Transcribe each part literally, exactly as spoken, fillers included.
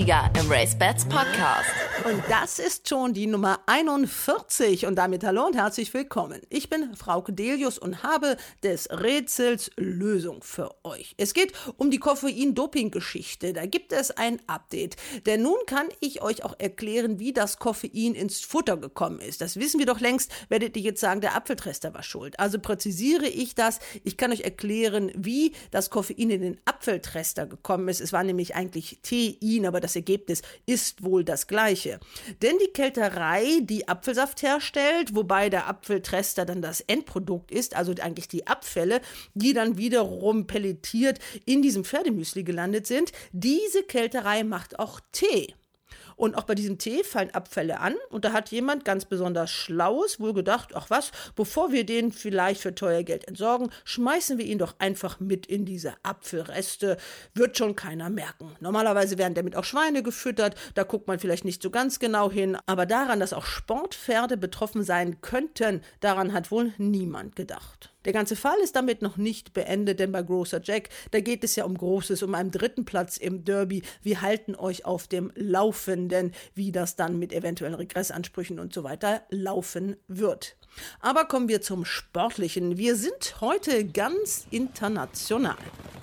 Derby-Sieger im RaceBets Podcast. Und das ist schon die Nummer einundvierzig und damit hallo und herzlich willkommen. Ich bin Frauke Delius und habe des Rätsels Lösung für euch. Es geht um die Koffein-Doping-Geschichte. Da gibt es ein Update. Denn nun kann ich euch auch erklären, wie das Koffein ins Futter gekommen ist. Das wissen wir doch längst, werdet ihr jetzt sagen, der Apfeltrester war schuld. Also präzisiere ich das. Ich kann euch erklären, wie das Koffein in den Apfeltrester gekommen ist. Es war nämlich eigentlich Tein, aber das Ergebnis ist wohl das gleiche. Denn die Kälterei, die Apfelsaft herstellt, wobei der Apfeltrester dann das Endprodukt ist, also eigentlich die Abfälle, die dann wiederum pelletiert in diesem Pferdemüsli gelandet sind, diese Kälterei macht auch Tee. Und auch bei diesem Tee fallen Abfälle an und da hat jemand ganz besonders Schlaues wohl gedacht, ach was, bevor wir den vielleicht für teuer Geld entsorgen, schmeißen wir ihn doch einfach mit in diese Apfelreste, wird schon keiner merken. Normalerweise werden damit auch Schweine gefüttert, da guckt man vielleicht nicht so ganz genau hin, aber daran, dass auch Sportpferde betroffen sein könnten, daran hat wohl niemand gedacht. Der ganze Fall ist damit noch nicht beendet, denn bei Grocer Jack, da geht es ja um Großes, um einen dritten Platz im Derby. Wir halten euch auf dem Laufenden, wie das dann mit eventuellen Regressansprüchen und so weiter laufen wird. Aber kommen wir zum Sportlichen. Wir sind heute ganz international.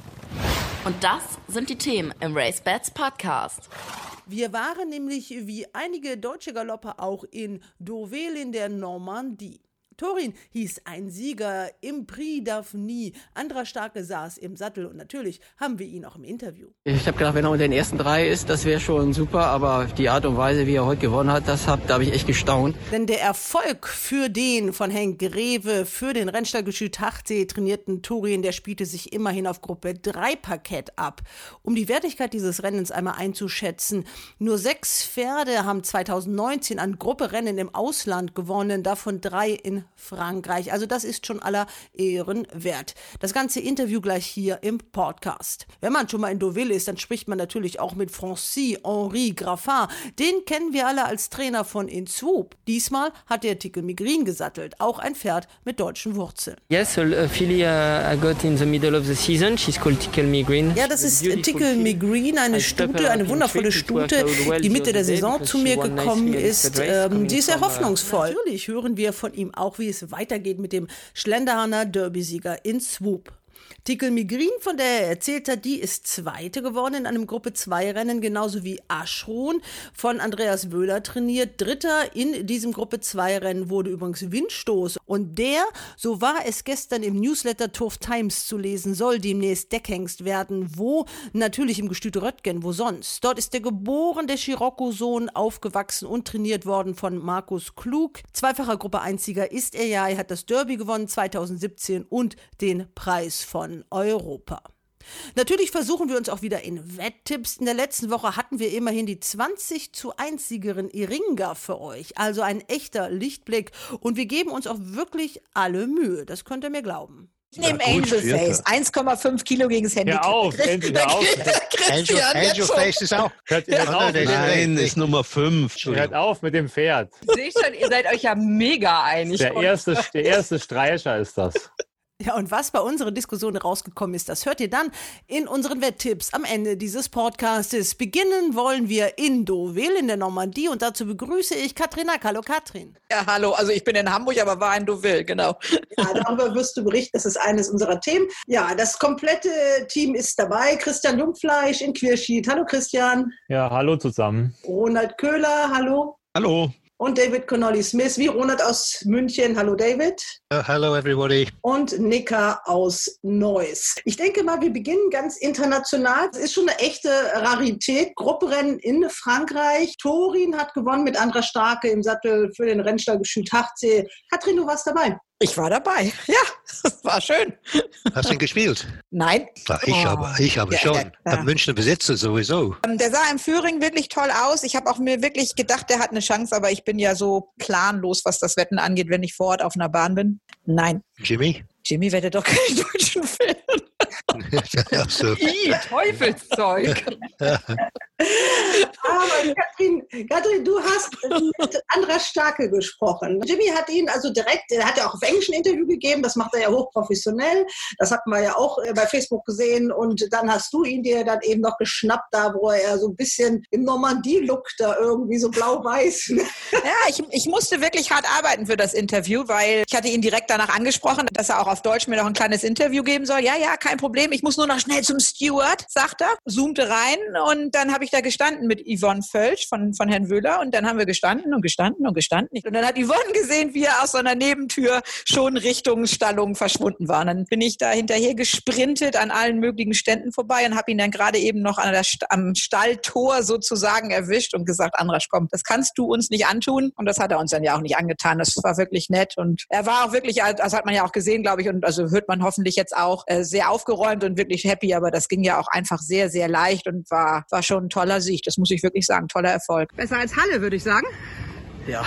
Und das sind die Themen im RaceBets Podcast. Wir waren nämlich wie einige deutsche Galopper auch in Deauville in der Normandie. Thorin hieß ein Sieger im Prix d'Avenir. Andra Starke saß im Sattel und natürlich haben wir ihn auch im Interview. Ich habe gedacht, wenn er unter den ersten drei ist, das wäre schon super, aber die Art und Weise, wie er heute gewonnen hat, das hab, da habe ich echt gestaunt. Denn der Erfolg für den von Henk Greve, für den Rennstallgestüt Hachtsee trainierten Thorin, der spielte sich immerhin auf Gruppe drei Parkett ab. Um die Wertigkeit dieses Rennens einmal einzuschätzen, nur sechs Pferde haben zweitausendneunzehn an Grupperennen im Ausland gewonnen, davon drei in Frankreich. Also das ist schon aller Ehren wert. Das ganze Interview gleich hier im Podcast. Wenn man schon mal in Deauville ist, dann spricht man natürlich auch mit Francis-Henri Graffin. Den kennen wir alle als Trainer von In Swoop. Diesmal hat der Tickle Migrine gesattelt, auch ein Pferd mit deutschen Wurzeln. Yes, a filly uh, I got in the middle of the season. She's called Tickle Migrine. Ja, das ist Tickle Migrine, eine Stute, eine wundervolle Stute, die Mitte der Saison zu mir gekommen ist. Ähm, die ist sehr hoffnungsvoll. Natürlich hören wir von ihm auch, wie es weitergeht mit dem Schlenderhahner Derby-Sieger In Swoop. Tickle Migrine, von der er erzählt hat, die ist Zweite geworden in einem Gruppe zwei Rennen, genauso wie Aschron, von Andreas Wöhler trainiert. Dritter in diesem Gruppe zwei Rennen wurde übrigens Windstoß. Und der, so war es gestern im Newsletter Turf Times zu lesen, soll demnächst Deckhengst werden. Wo? Natürlich im Gestüt Röttgen, wo sonst? Dort ist er geboren, der Scirocco-Sohn, aufgewachsen und trainiert worden von Markus Klug. Zweifacher Gruppe eins-Sieger ist er ja. Er hat das Derby gewonnen zweitausendsiebzehn und den Preis von Europa. Natürlich versuchen wir uns auch wieder in Wetttipps. In der letzten Woche hatten wir immerhin die zwanzig zu eins Siegerin Iringa für euch. Also ein echter Lichtblick. Und wir geben uns auch wirklich alle Mühe. Das könnt ihr mir glauben. Ich nehme Angel Face, eins Komma fünf Kilo gegen das Handy. Hör auf, endlich, hör auf. Angel, Angel Face ist auch. Hört, hört auf mit Nein, dem, ist Nummer fünf. hört auf mit dem Pferd. Sehe schon, ihr seid euch ja mega einig. Der erste, der erste Streicher ist das. Ja, und was bei unserer Diskussion rausgekommen ist, das hört ihr dann in unseren Wetttipps am Ende dieses Podcastes. Beginnen wollen wir in Deauville in der Normandie und dazu begrüße ich Katrin Nack. Hallo Katrin. Ja, hallo, also ich bin in Hamburg, aber war in Deauville, genau. Ja, darüber wirst du berichten, das ist eines unserer Themen. Ja, das komplette Team ist dabei. Christian Jungfleisch in Quierschied. Hallo Christian. Ja, hallo zusammen. Ronald Köhler, hallo. Hallo. Und David Connolly Smith, wie Ronald aus München. Hallo David. Uh, hello everybody. Und Nika aus Neuss. Ich denke mal, wir beginnen ganz international. Es ist schon eine echte Rarität. Grupperennen in Frankreich. Thorin hat gewonnen mit Andra Starke im Sattel für den Rennstallgestüt Hachtsee. Katrin, du warst dabei. Ich war dabei, ja, das war schön. Hast du ihn gespielt? Nein. Na, ich Oh. habe, ich habe Ja, schon. ja, ja. Am Münchner Besitzer sowieso. Ähm, Der sah im Führing wirklich toll aus. Ich habe auch mir wirklich gedacht, der hat eine Chance, aber ich bin ja so planlos, was das Wetten angeht, wenn ich vor Ort auf einer Bahn bin. Nein. Jimmy? Jimmy wettet doch keinen deutschen Film. Ja, so. Ih, Teufelszeug. Aber Katrin, Katrin, du hast mit Andras Starke gesprochen. Jimmy hat ihn also direkt, er hat ja auch auf Englisch ein Interview gegeben, das macht er ja hochprofessionell. Das hatten wir ja auch bei Facebook gesehen. Und dann hast du ihn dir dann eben noch geschnappt, da wo er so ein bisschen im Normandie-Look da irgendwie so blau-weiß. Ja, ich, ich musste wirklich hart arbeiten für das Interview, weil ich hatte ihn direkt danach angesprochen, dass er auch auf Deutsch mir noch ein kleines Interview geben soll. Ja, ja, kein Problem, ich muss nur noch schnell zum Steward, sagt er, zoomte rein und dann habe ich da gestanden mit Yvonne Völsch von, von Herrn Wöhler und dann haben wir gestanden und gestanden und gestanden. Und dann hat Yvonne gesehen, wie er aus so einer Nebentür schon Richtung Stallung verschwunden war. Und dann bin ich da hinterher gesprintet an allen möglichen Ständen vorbei und habe ihn dann gerade eben noch an der St- am Stalltor sozusagen erwischt und gesagt, Andras, komm, das kannst du uns nicht antun. Und das hat er uns dann ja auch nicht angetan. Das war wirklich nett und er war auch wirklich, das hat man ja auch gesehen, glaube ich, und also hört man hoffentlich jetzt auch, sehr aufgeräumt und wirklich happy, aber das ging ja auch einfach sehr, sehr leicht und war, war schon ein toller Sieg. Das muss ich wirklich sagen, toller Erfolg. Besser als Halle, würde ich sagen. Ja.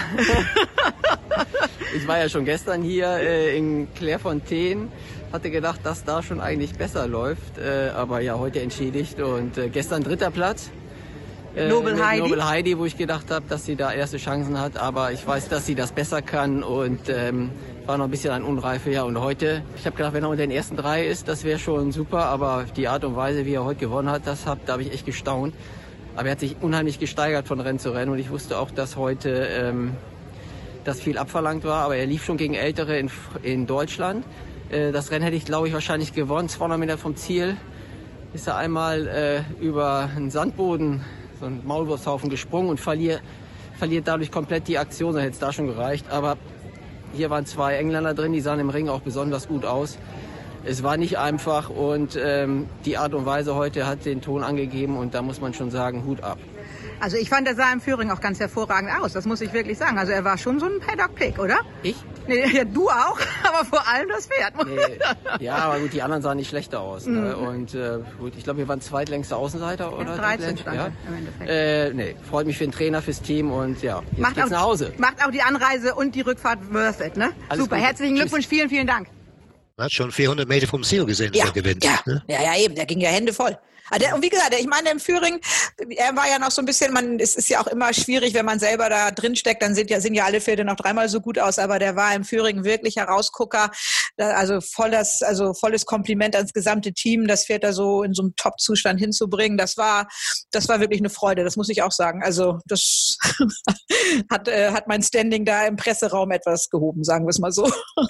Ich war ja schon gestern hier äh, in Clairefontaine, hatte gedacht, dass da schon eigentlich besser läuft, äh, aber ja, heute entschädigt und äh, gestern dritter Platz. Äh, Nobel Heidi. Nobel Heidi, wo ich gedacht habe, dass sie da erste Chancen hat, aber ich weiß, dass sie das besser kann und ähm, war noch ein bisschen an Unreife, ja. Und heute, ich habe gedacht, wenn er unter den ersten drei ist, das wäre schon super, aber die Art und Weise, wie er heute gewonnen hat, das hab, da habe ich echt gestaunt. Aber er hat sich unheimlich gesteigert von Rennen zu Rennen und ich wusste auch, dass heute ähm, das viel abverlangt war, aber er lief schon gegen Ältere in, in Deutschland. Äh, das Rennen hätte ich, glaube ich, wahrscheinlich gewonnen, zweihundert Meter vom Ziel. Ist er einmal äh, über einen Sandboden, so einen Maulwurfshaufen gesprungen und verliert, verliert dadurch komplett die Aktion, dann hätte es da schon gereicht. Aber hier waren zwei Engländer drin, die sahen im Ring auch besonders gut aus. Es war nicht einfach und ähm, die Art und Weise heute hat den Ton angegeben und da muss man schon sagen, Hut ab. Also ich fand, er sah im Führing auch ganz hervorragend aus, das muss ich wirklich sagen. Also er war schon so ein Paddock-Pick, oder? Ich? Nee, ja, du auch, aber vor allem das Pferd. Nee, ja, aber gut, die anderen sahen nicht schlechter aus. Ne? Mhm. Und äh, gut, ich glaube, wir waren zweitlängste Außenseiter, oder? Ja, dreizehn stand ja? im Endeffekt. Äh, nee, freut mich für den Trainer, fürs Team und ja, jetzt Macht geht's auch, nach Hause. Macht auch die Anreise und die Rückfahrt worth it, ne? Alles Super, Gute. herzlichen Tschüss. Glückwunsch, vielen, vielen Dank. Man hat schon vierhundert Meter vom Ziel gesehen, dass Ja, er gewinnt. ja, Ne? ja, ja, eben, der ging ja Hände voll. Also der, und wie gesagt, ich meine, im Führing, er war ja noch so ein bisschen, man, es ist ja auch immer schwierig, wenn man selber da drin steckt, dann sind ja, sehen ja alle Pferde noch dreimal so gut aus, aber der war im Führing wirklich Herausgucker, also volles, also volles Kompliment ans gesamte Team, das Pferd da so in so einem Top-Zustand hinzubringen, das war, das war wirklich eine Freude, das muss ich auch sagen. Also das hat, äh, hat mein Standing da im Presseraum etwas gehoben, sagen wir es mal so.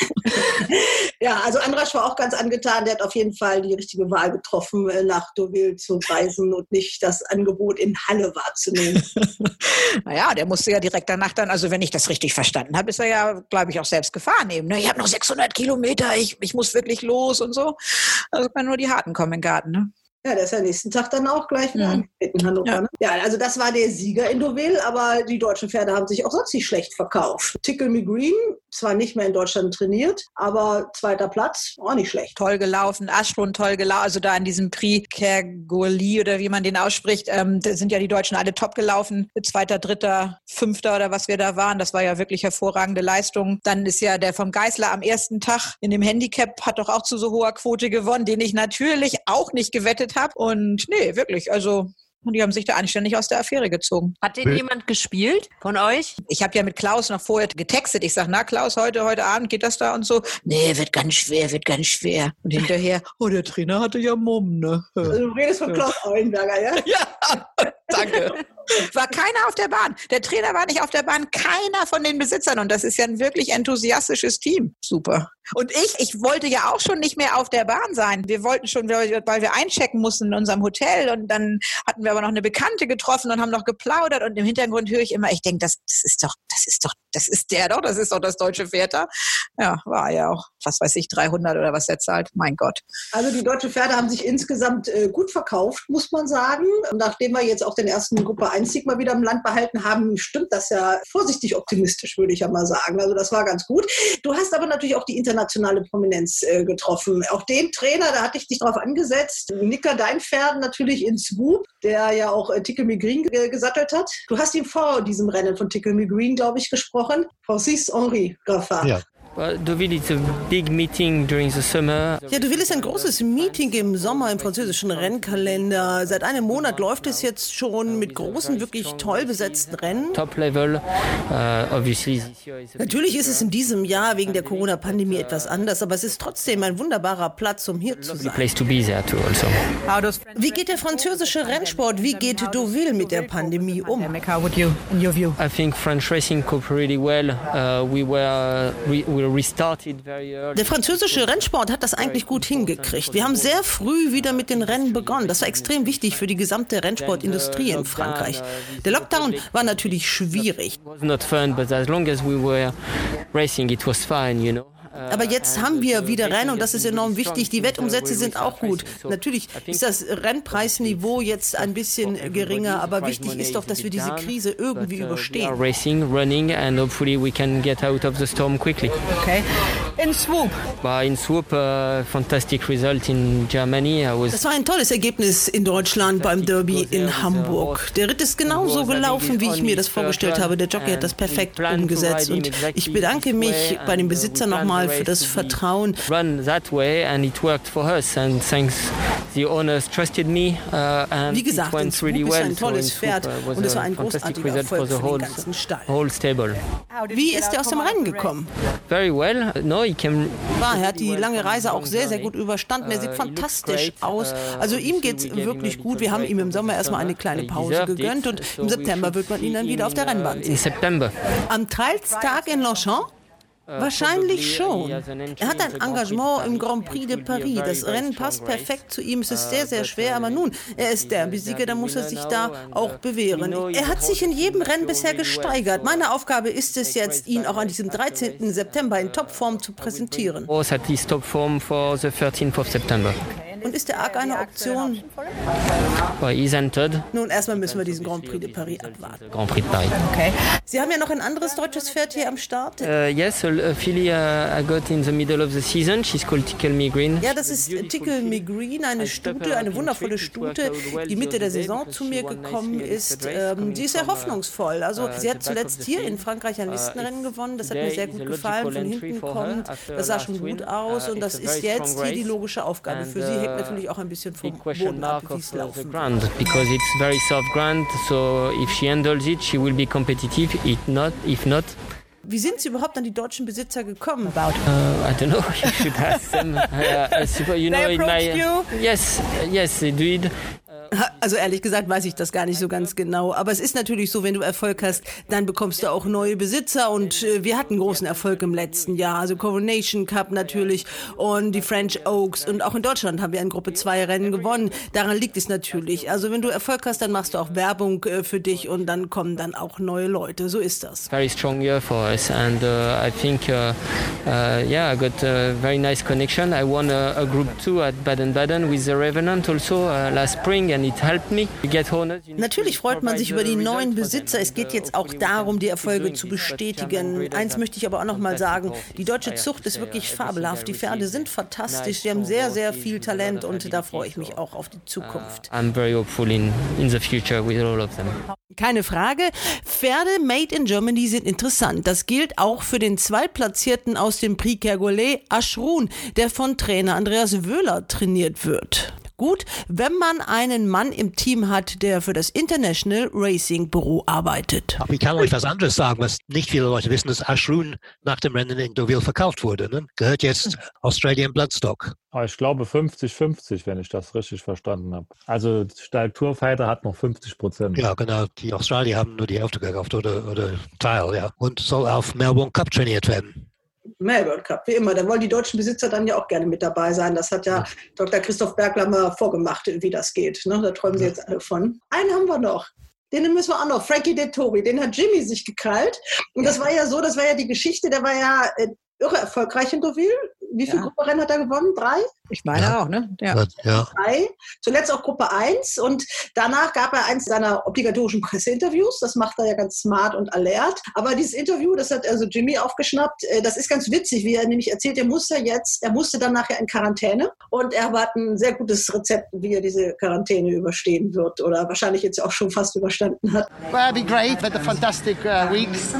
Ja, also Andras war auch ganz angetan, der hat auf jeden Fall die richtige Wahl getroffen, nach Deauville zu reisen und nicht das Angebot in Halle wahrzunehmen. Naja, der musste ja direkt danach dann, also wenn ich das richtig verstanden habe, ist er ja, glaube ich, auch selbst gefahren eben. Ne? Ich habe noch sechshundert Kilometer, ich, ich muss wirklich los und so. Also können nur die Harten kommen in den Garten. Ne? Ja, der ist ja nächsten Tag dann auch gleich wieder Ja. angetreten in Hannover. Ja. Ne? Ja, also das war der Sieger in Deauville, aber die deutschen Pferde haben sich auch sonst nicht schlecht verkauft. Tickle Me Green, zwar nicht mehr in Deutschland trainiert, aber zweiter Platz, auch nicht schlecht. Toll gelaufen, Aschrun toll gelaufen, also da in diesem Prix Kergoli oder wie man den ausspricht, ähm, da sind ja die Deutschen alle top gelaufen, zweiter, dritter, fünfter oder was wir da waren, das war ja wirklich hervorragende Leistung. Dann ist ja der vom Geisler am ersten Tag in dem Handicap, hat doch auch zu so hoher Quote gewonnen, den ich natürlich auch nicht gewettet habe und nee, wirklich, also die haben sich da anständig aus der Affäre gezogen. Hat den jemand gespielt von euch? Ich habe ja mit Klaus noch vorher getextet. Ich sag, na Klaus, heute, heute Abend geht das da und so. Nee, wird ganz schwer, wird ganz schwer. Und hinterher, oh, der Trainer hatte ja Mumm, ne? Also du redest von Klaus Auenberger, ja? Ja, danke. War keiner auf der Bahn. Der Trainer war nicht auf der Bahn, keiner von den Besitzern. Und das ist ja ein wirklich enthusiastisches Team. Super. Und ich, ich wollte ja auch schon nicht mehr auf der Bahn sein. Wir wollten schon, weil wir einchecken mussten in unserem Hotel. Und dann hatten wir aber noch eine Bekannte getroffen und haben noch geplaudert. Und im Hintergrund höre ich immer, ich denke, das, das ist doch, das ist doch, das ist der doch, das ist doch das deutsche Pferd da. Ja, war ja auch, was weiß ich, dreihundert oder was der zahlt. Mein Gott. Also die deutschen Pferde haben sich insgesamt äh, gut verkauft, muss man sagen. Und nachdem wir jetzt auch den ersten Gruppe eins Sieg mal wieder im Land behalten haben, stimmt das ja vorsichtig optimistisch, würde ich ja mal sagen. Also das war ganz gut. Du hast aber natürlich auch die internationale Prominenz äh, getroffen. Auch den Trainer, da hatte ich dich drauf angesetzt. Nicker, dein Pferd natürlich in Swoop, der ja auch äh, Tickle Me Green äh, gesattelt hat. Du hast ihn vor diesem Rennen von Tickle Me Green, glaube ich, gesprochen. Francis Henri Graffard. Ja. Deauville is a big meeting during the summer. Ja, Deauville ist ein großes Meeting im Sommer im französischen Rennkalender. Seit einem Monat läuft es jetzt schon mit großen, wirklich toll besetzten Rennen. Top level, uh, obviously. Natürlich ist es in diesem Jahr wegen der Corona-Pandemie etwas anders, aber es ist trotzdem ein wunderbarer Platz, um hier zu sein. Place to be there too also. Wie geht der französische Rennsport, wie geht Deauville mit der Pandemie um? I think French racing coped really well. Uh, we were we, we restarted very early. Der französische Rennsport hat das eigentlich gut hingekriegt. Wir haben sehr früh wieder mit den Rennen begonnen. Das war extrem wichtig für die gesamte Rennsportindustrie in Frankreich. Der Lockdown war natürlich schwierig. It was not fun, but as long as we were racing, it was fine, you know. Aber jetzt haben wir wieder Rennen und das ist enorm wichtig. Die Wettumsätze sind auch gut. Natürlich ist das Rennpreisniveau jetzt ein bisschen geringer, aber wichtig ist doch, dass wir diese Krise irgendwie überstehen. Racing, running and hopefully we can get out of the storm quickly. Okay. In Swoop. But in Swoop, uh, fantastic result in Germany. I was Das war ein tolles Ergebnis in Deutschland beim Derby in Hamburg. Der Ritt ist genauso gelaufen, wie ich mir das vorgestellt habe. Der Jockey hat das perfekt umgesetzt und ich bedanke mich bei dem Besitzer nochmal für das Vertrauen. Run that way and it worked for us and thanks the owners trusted me uh, and Wie gesagt, it went Swoop really ist well. ein tolles so Pferd was und es war a ein fantastic großartiger result for Erfolg the für den whole, ganzen Stall. whole stable. Wie ist er aus dem Rennen gekommen? Very well. No, he came. War, er hat die lange Reise auch sehr, sehr gut überstanden. Er sieht fantastisch aus. Also ihm geht's wirklich gut. Wir haben ihm im Sommer erstmal eine kleine Pause gegönnt und im September wird man ihn dann wieder auf der Rennbahn sehen. In September. Am Trialstag in Longchamp? Wahrscheinlich schon. Er hat ein Engagement im Grand Prix de Paris. Das Rennen passt perfekt zu ihm. Es ist sehr, sehr schwer. Aber nun, er ist der Besieger, da muss er sich da auch bewähren. Er hat sich in jedem Rennen bisher gesteigert. Meine Aufgabe ist es jetzt, ihn auch an diesem dreizehnten September in Topform zu präsentieren. Was at his top form for the thirteenth of September. Und ist der Arc eine Option? Well, he's entered. Nun, erstmal müssen wir diesen Grand Prix de Paris abwarten. Grand Prix de Paris. Okay. Sie haben ja noch ein anderes deutsches Pferd hier am Start. Uh, yes, a, a filly uh, I got in the middle of the season. She's called Tickle Me Green. Ja, das ist Tickle Me Green, eine Stute, eine wundervolle Stute, die Mitte der Saison zu mir gekommen ist. Ähm, sie ist sehr hoffnungsvoll. Also sie hat zuletzt hier in Frankreich ein Listenrennen gewonnen. Das hat mir sehr gut gefallen. Von hinten kommt. Das sah schon gut aus und das ist jetzt hier die logische Aufgabe für sie. Hängt natürlich auch ein bisschen vom Boden ab, wie es laufen wird. Because it's very soft ground, so if she handles it, she will be competitive. If not, if not. Wie sind Sie überhaupt an die deutschen Besitzer gekommen? About? Uh, I don't know. You should ask them. Uh, super, you know, They in approached my, you? Yes, yes, they did. Also ehrlich gesagt weiß ich das gar nicht so ganz genau. Aber es ist natürlich so, wenn du Erfolg hast, dann bekommst du auch neue Besitzer. Und äh, wir hatten großen Erfolg im letzten Jahr. Also Coronation Cup natürlich und die French Oaks. Und auch in Deutschland haben wir ein Gruppe zwei Rennen gewonnen. Daran liegt es natürlich. Also wenn du Erfolg hast, dann machst du auch Werbung äh, für dich und dann kommen dann auch neue Leute. So ist das. Very strong year for us. And uh, I think, uh, uh, yeah, I got a very nice connection. I won a, a Group two at Baden-Baden with the Revenant also uh, last spring. And it helped me get honors. Natürlich freut man sich über die neuen Besitzer. Es geht jetzt auch darum, die Erfolge zu bestätigen. Eins möchte ich aber auch noch mal sagen. Die deutsche Zucht ist wirklich fabelhaft. Die Pferde sind fantastisch. Sie haben sehr, sehr viel Talent und da freue ich mich auch auf die Zukunft. I'm very hopeful in, in the future with all of them. Keine Frage. Pferde made in Germany sind interessant. Das gilt auch für den Zweitplatzierten aus dem Prix Kergolais, Aschrun, der von Trainer Andreas Wöhler trainiert wird. Gut, wenn man einen Mann im Team hat, der für das International Racing Büro arbeitet. Aber ich kann euch was anderes sagen, was nicht viele Leute wissen, dass Aschrun nach dem Rennen in Deauville verkauft wurde. Ne? Gehört jetzt Australian Bloodstock. Ich glaube fünfzig fünfzig, wenn ich das richtig verstanden habe. Also Stall Tourfighter hat noch fünfzig Prozent. Ja, genau. Die Australier haben nur die Hälfte gekauft oder, oder Teil, ja. Und soll auf Melbourne Cup trainiert werden. Melbourne Cup, wie immer. Da wollen die deutschen Besitzer dann ja auch gerne mit dabei sein. Das hat ja, ja. Doktor Christoph Bergler mal vorgemacht, wie das geht. Ne? Da träumen sie jetzt alle von. Einen haben wir noch. Den müssen wir auch noch. Frankie Dettori. Den hat Jimmy sich gekrallt. Und das war ja so, das war ja die Geschichte, der war ja äh, irre erfolgreich in Deauville. Wie viele ja. Gruppenrennen hat er gewonnen? Drei? Ich meine ja. auch, ne? Ja. ja. Drei. Zuletzt auch Gruppe eins. Und danach gab er eins seiner obligatorischen Presseinterviews. Das macht er ja ganz smart und alert. Aber dieses Interview, das hat also Jimmy aufgeschnappt. Das ist ganz witzig, wie er nämlich erzählt, er musste jetzt, er musste dann nachher in Quarantäne. Und er hat ein sehr gutes Rezept, wie er diese Quarantäne überstehen wird. Oder wahrscheinlich jetzt auch schon fast überstanden hat. Well, it'd be great. Had a fantastic uh, week.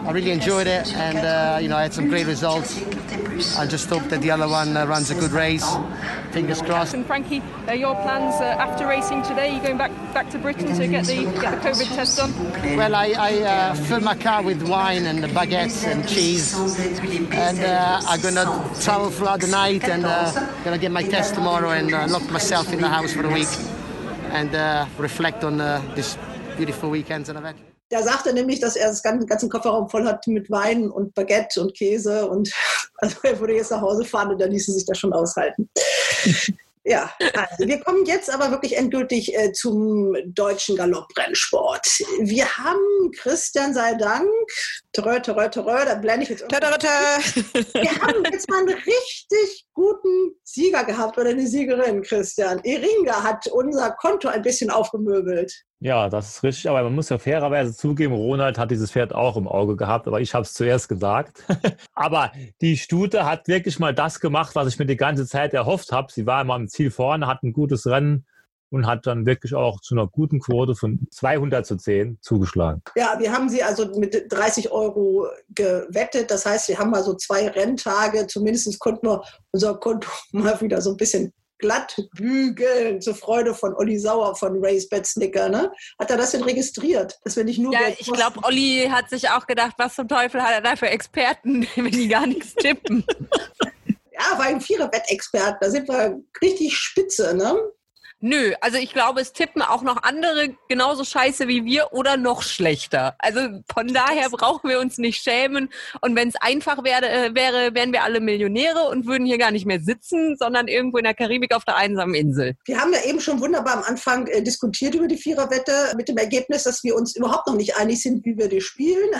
I really enjoyed it, and uh, you know, I had some great results. I just hope that the other one uh, runs a good race. Fingers crossed. And Frankie, uh, your plans uh, after racing today? You going back back to Britain to get the get the COVID test done? Well, I, I uh, fill my car with wine and baguettes and cheese, and uh, I'm gonna travel throughout the night and uh, gonna get my test tomorrow and uh, lock myself in the house for a week and uh, reflect on uh, this beautiful weekends and event. Der sagte nämlich, dass er das ganze, ganzen Kofferraum voll hat mit Wein und Baguette und Käse und also er würde jetzt nach Hause fahren und dann ließe sich das schon aushalten. Ja, also wir kommen jetzt aber wirklich endgültig äh, zum deutschen Galopprennsport. Wir haben, Christian sei Dank, törö, törö, törö, da blende ich jetzt... Törö, törö. Wir haben jetzt mal einen richtig guten Sieger gehabt oder eine Siegerin, Christian. Iringa hat unser Konto ein bisschen aufgemöbelt. Ja, das ist richtig, aber man muss ja fairerweise zugeben, Ronald hat dieses Pferd auch im Auge gehabt, aber ich habe es zuerst gesagt. Aber die Stute hat wirklich mal das gemacht, was ich mir die ganze Zeit erhofft habe. Sie war immer am Ziel vorne, hat ein gutes Rennen und hat dann wirklich auch zu einer guten Quote von zweihundert zu zehn zugeschlagen. Ja, wir haben sie also mit dreißig Euro gewettet. Das heißt, wir haben mal so zwei Renntage. Zumindest konnten wir unser Konto mal wieder so ein bisschen glatt bügeln, zur Freude von Olli Sauer von RaceBets Snicker, ne? Hat er das denn registriert? Dass wir nicht nur ja, ich glaube, Olli hat sich auch gedacht, was zum Teufel hat er da für Experten, wenn die gar nichts tippen. Ja, war ein Vierer-Wettexpert, da sind wir richtig spitze, ne? Nö, also ich glaube, es tippen auch noch andere genauso scheiße wie wir oder noch schlechter. Also von daher brauchen wir uns nicht schämen. Und wenn es einfach wäre, wäre, wären wir alle Millionäre und würden hier gar nicht mehr sitzen, sondern irgendwo in der Karibik auf der einsamen Insel. Wir haben ja eben schon wunderbar am Anfang äh, diskutiert über die Viererwette mit dem Ergebnis, dass wir uns überhaupt noch nicht einig sind, wie wir die spielen.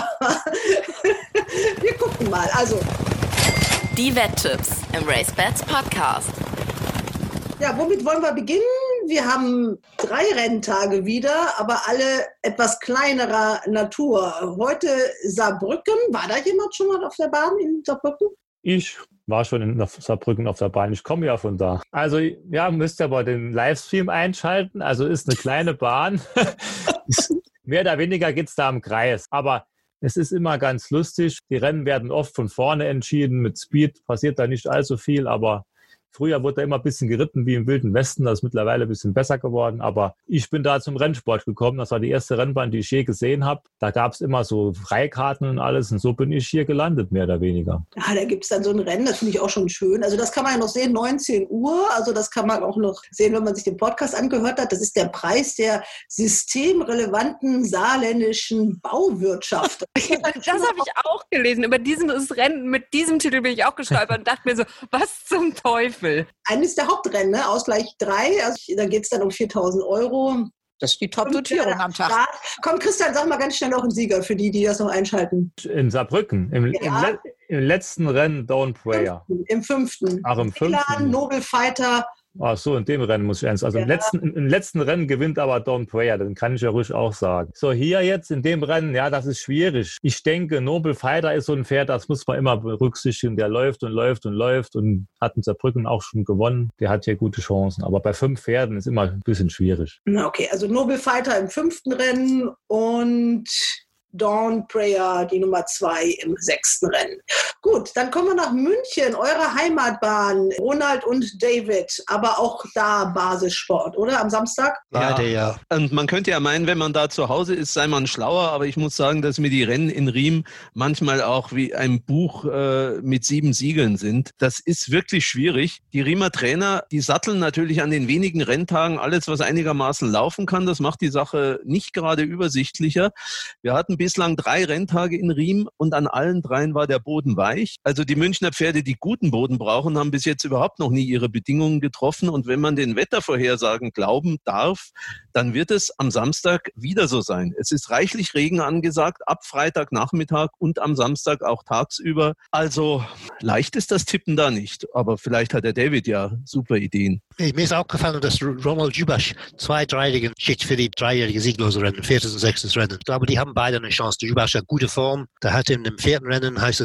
Wir gucken mal. Also die Wetttipps im RaceBets Podcast. Ja, womit wollen wir beginnen? Wir haben drei Renntage wieder, aber alle etwas kleinerer Natur. Heute Saarbrücken. War da jemand schon mal auf der Bahn in Saarbrücken? Ich war schon in Saarbrücken auf der Bahn. Ich komme ja von da. Also ja, müsst ihr aber den Livestream einschalten. Also ist eine kleine Bahn. Mehr oder weniger geht es da im Kreis. Aber es ist immer ganz lustig. Die Rennen werden oft von vorne entschieden. Mit Speed passiert da nicht allzu viel, aber früher wurde da immer ein bisschen geritten wie im Wilden Westen. Das ist mittlerweile ein bisschen besser geworden. Aber ich bin da zum Rennsport gekommen. Das war die erste Rennbahn, die ich je gesehen habe. Da gab es immer so Freikarten und alles. Und so bin ich hier gelandet, mehr oder weniger. Ja, da gibt es dann so ein Rennen. Das finde ich auch schon schön. Also das kann man ja noch sehen, neunzehn Uhr. Also das kann man auch noch sehen, wenn man sich den Podcast angehört hat. Das ist der Preis der systemrelevanten saarländischen Bauwirtschaft. Das habe ich auch gelesen. Über dieses Rennen, mit diesem Titel bin ich auch gestolpert und dachte mir so, was zum Teufel? Eines der Hauptrennen, ne? Ausgleich drei, also da geht es dann um viertausend Euro. Das ist die Top-Dotierung am Tag. Start. Komm, Christian, sag mal ganz schnell noch einen Sieger für die, die das noch einschalten. In Saarbrücken, im, ja. im, Le- im letzten Rennen Dawn Prayer. Im fünften. Ach, im fünften. Milan, Nobel Fighter. Ach so, in dem Rennen muss ich eins. Also ja. im, letzten, im letzten Rennen gewinnt aber Dawn Prayer, den kann ich ja ruhig auch sagen. So, hier jetzt in dem Rennen, ja, das ist schwierig. Ich denke, Nobel Fighter ist so ein Pferd, das muss man immer berücksichtigen. Der läuft und läuft und läuft und hat in Saarbrücken auch schon gewonnen. Der hat hier gute Chancen. Aber bei fünf Pferden ist immer ein bisschen schwierig. Na okay, also Nobel Fighter im fünften Rennen und Dawn Prayer, die Nummer zwei im sechsten Rennen. Gut, dann kommen wir nach München, eure Heimatbahn, Ronald und David, aber auch da Basissport, oder? Am Samstag? Ja, ja. Und man könnte ja meinen, wenn man da zu Hause ist, sei man schlauer, aber ich muss sagen, dass mir die Rennen in Riem manchmal auch wie ein Buch äh, mit sieben Siegeln sind. Das ist wirklich schwierig. Die Riemer Trainer, die satteln natürlich an den wenigen Renntagen alles, was einigermaßen laufen kann. Das macht die Sache nicht gerade übersichtlicher. Wir hatten bislang drei Renntage in Riem und an allen dreien war der Boden weich. Also die Münchner Pferde, die guten Boden brauchen, haben bis jetzt überhaupt noch nie ihre Bedingungen getroffen. Und wenn man den Wettervorhersagen glauben darf, dann wird es am Samstag wieder so sein. Es ist reichlich Regen angesagt, ab Freitagnachmittag und am Samstag auch tagsüber. Also leicht ist das Tippen da nicht. Aber vielleicht hat der David ja super Ideen. Mir ist aufgefallen, dass Ronald Jubasch zwei Dreijährige schickt für die dreijährige sieglose Rennen, viertes und sechstes Rennen. Ich glaube, die haben beide eine Chance. Der Jubasch hat gute Form. Der hat in dem vierten Rennen, heißt es, er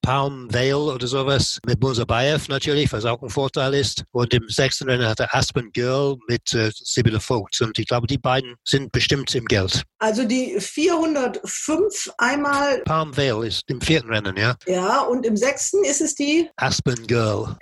Palm Vale oder sowas mit Musabayev natürlich, was auch ein Vorteil ist. Und im sechsten Rennen hatte Aspen Girl mit äh, Sibylle Vogt. Und ich glaube, die beiden sind bestimmt im Geld. Also die vierhundertfünf einmal. Palm Vale ist im vierten Rennen, ja. Ja, und im sechsten ist es die Aspen Girl.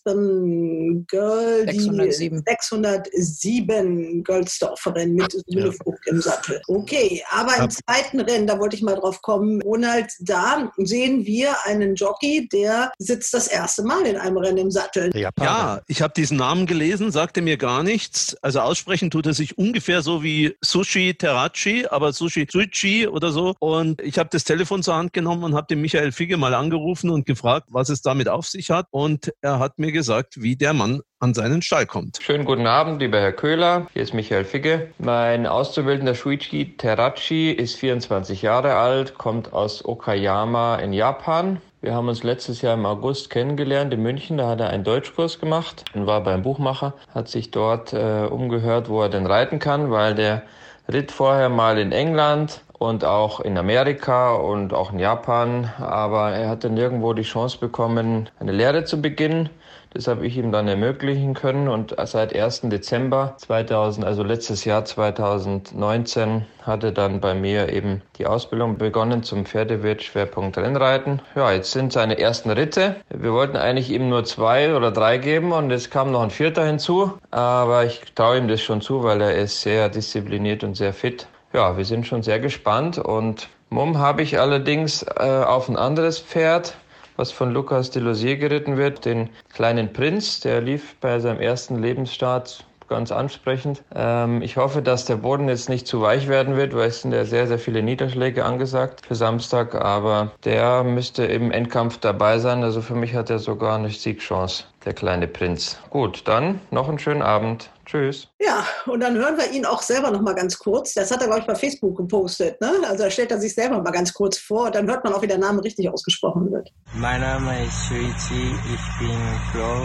Aspen Girl, sechshundertsieben. die sechshundertsieben Goldsdorferin mit Sibylle ja. Vogt im Sattel. Okay, aber im zweiten Rennen, da wollte ich mal drauf kommen, Ronald, da sehen wir einen Jockey, der sitzt das erste Mal in einem Rennen im Sattel. Ja, ich habe diesen Namen gelesen, sagte mir gar nichts. Also aussprechen tut er sich ungefähr so wie Sushi Teracci, aber Sushi Tsuchi oder so. Und ich habe das Telefon zur Hand genommen und habe den Michael Figge mal angerufen und gefragt, was es damit auf sich hat. Und er hat mir gesagt, wie der Mann an seinen Stall kommt. Schönen guten Abend, lieber Herr Köhler. Hier ist Michael Figge. Mein Auszubildender Shuichi Teracci ist vierundzwanzig Jahre alt, kommt aus Okayama in Japan. Wir haben uns letztes Jahr im August kennengelernt in München. Da hat er einen Deutschkurs gemacht und war beim Buchmacher. Hat sich dort äh, umgehört, wo er denn reiten kann, weil der ritt vorher mal in England und auch in Amerika und auch in Japan. Aber er hatte nirgendwo die Chance bekommen, eine Lehre zu beginnen. Das habe ich ihm dann ermöglichen können und seit ersten Dezember zweitausend, also letztes Jahr zweitausendneunzehn, hatte dann bei mir eben die Ausbildung begonnen zum Pferdewirt Schwerpunkt Rennreiten. Ja, jetzt sind seine ersten Ritte. Wir wollten eigentlich ihm nur zwei oder drei geben und es kam noch ein vierter hinzu, aber ich traue ihm das schon zu, weil er ist sehr diszipliniert und sehr fit. Ja, wir sind schon sehr gespannt und Mumm habe ich allerdings äh, auf ein anderes Pferd, was von Lucas de Losier geritten wird, den kleinen Prinz, der lief bei seinem ersten Lebensstart ganz ansprechend. Ähm, ich hoffe, dass der Boden jetzt nicht zu weich werden wird, weil es sind ja sehr, sehr viele Niederschläge angesagt für Samstag, aber der müsste im Endkampf dabei sein, also für mich hat er sogar eine Siegchance, der kleine Prinz. Gut, dann noch einen schönen Abend. Tschüss. Ja, und dann hören wir ihn auch selber noch mal ganz kurz. Das hat er, glaube ich, bei Facebook gepostet. Ne? Also da stellt er sich selber mal ganz kurz vor. Dann hört man auch, wie der Name richtig ausgesprochen wird. Mein Name ist Shuichi. Ich bin froh,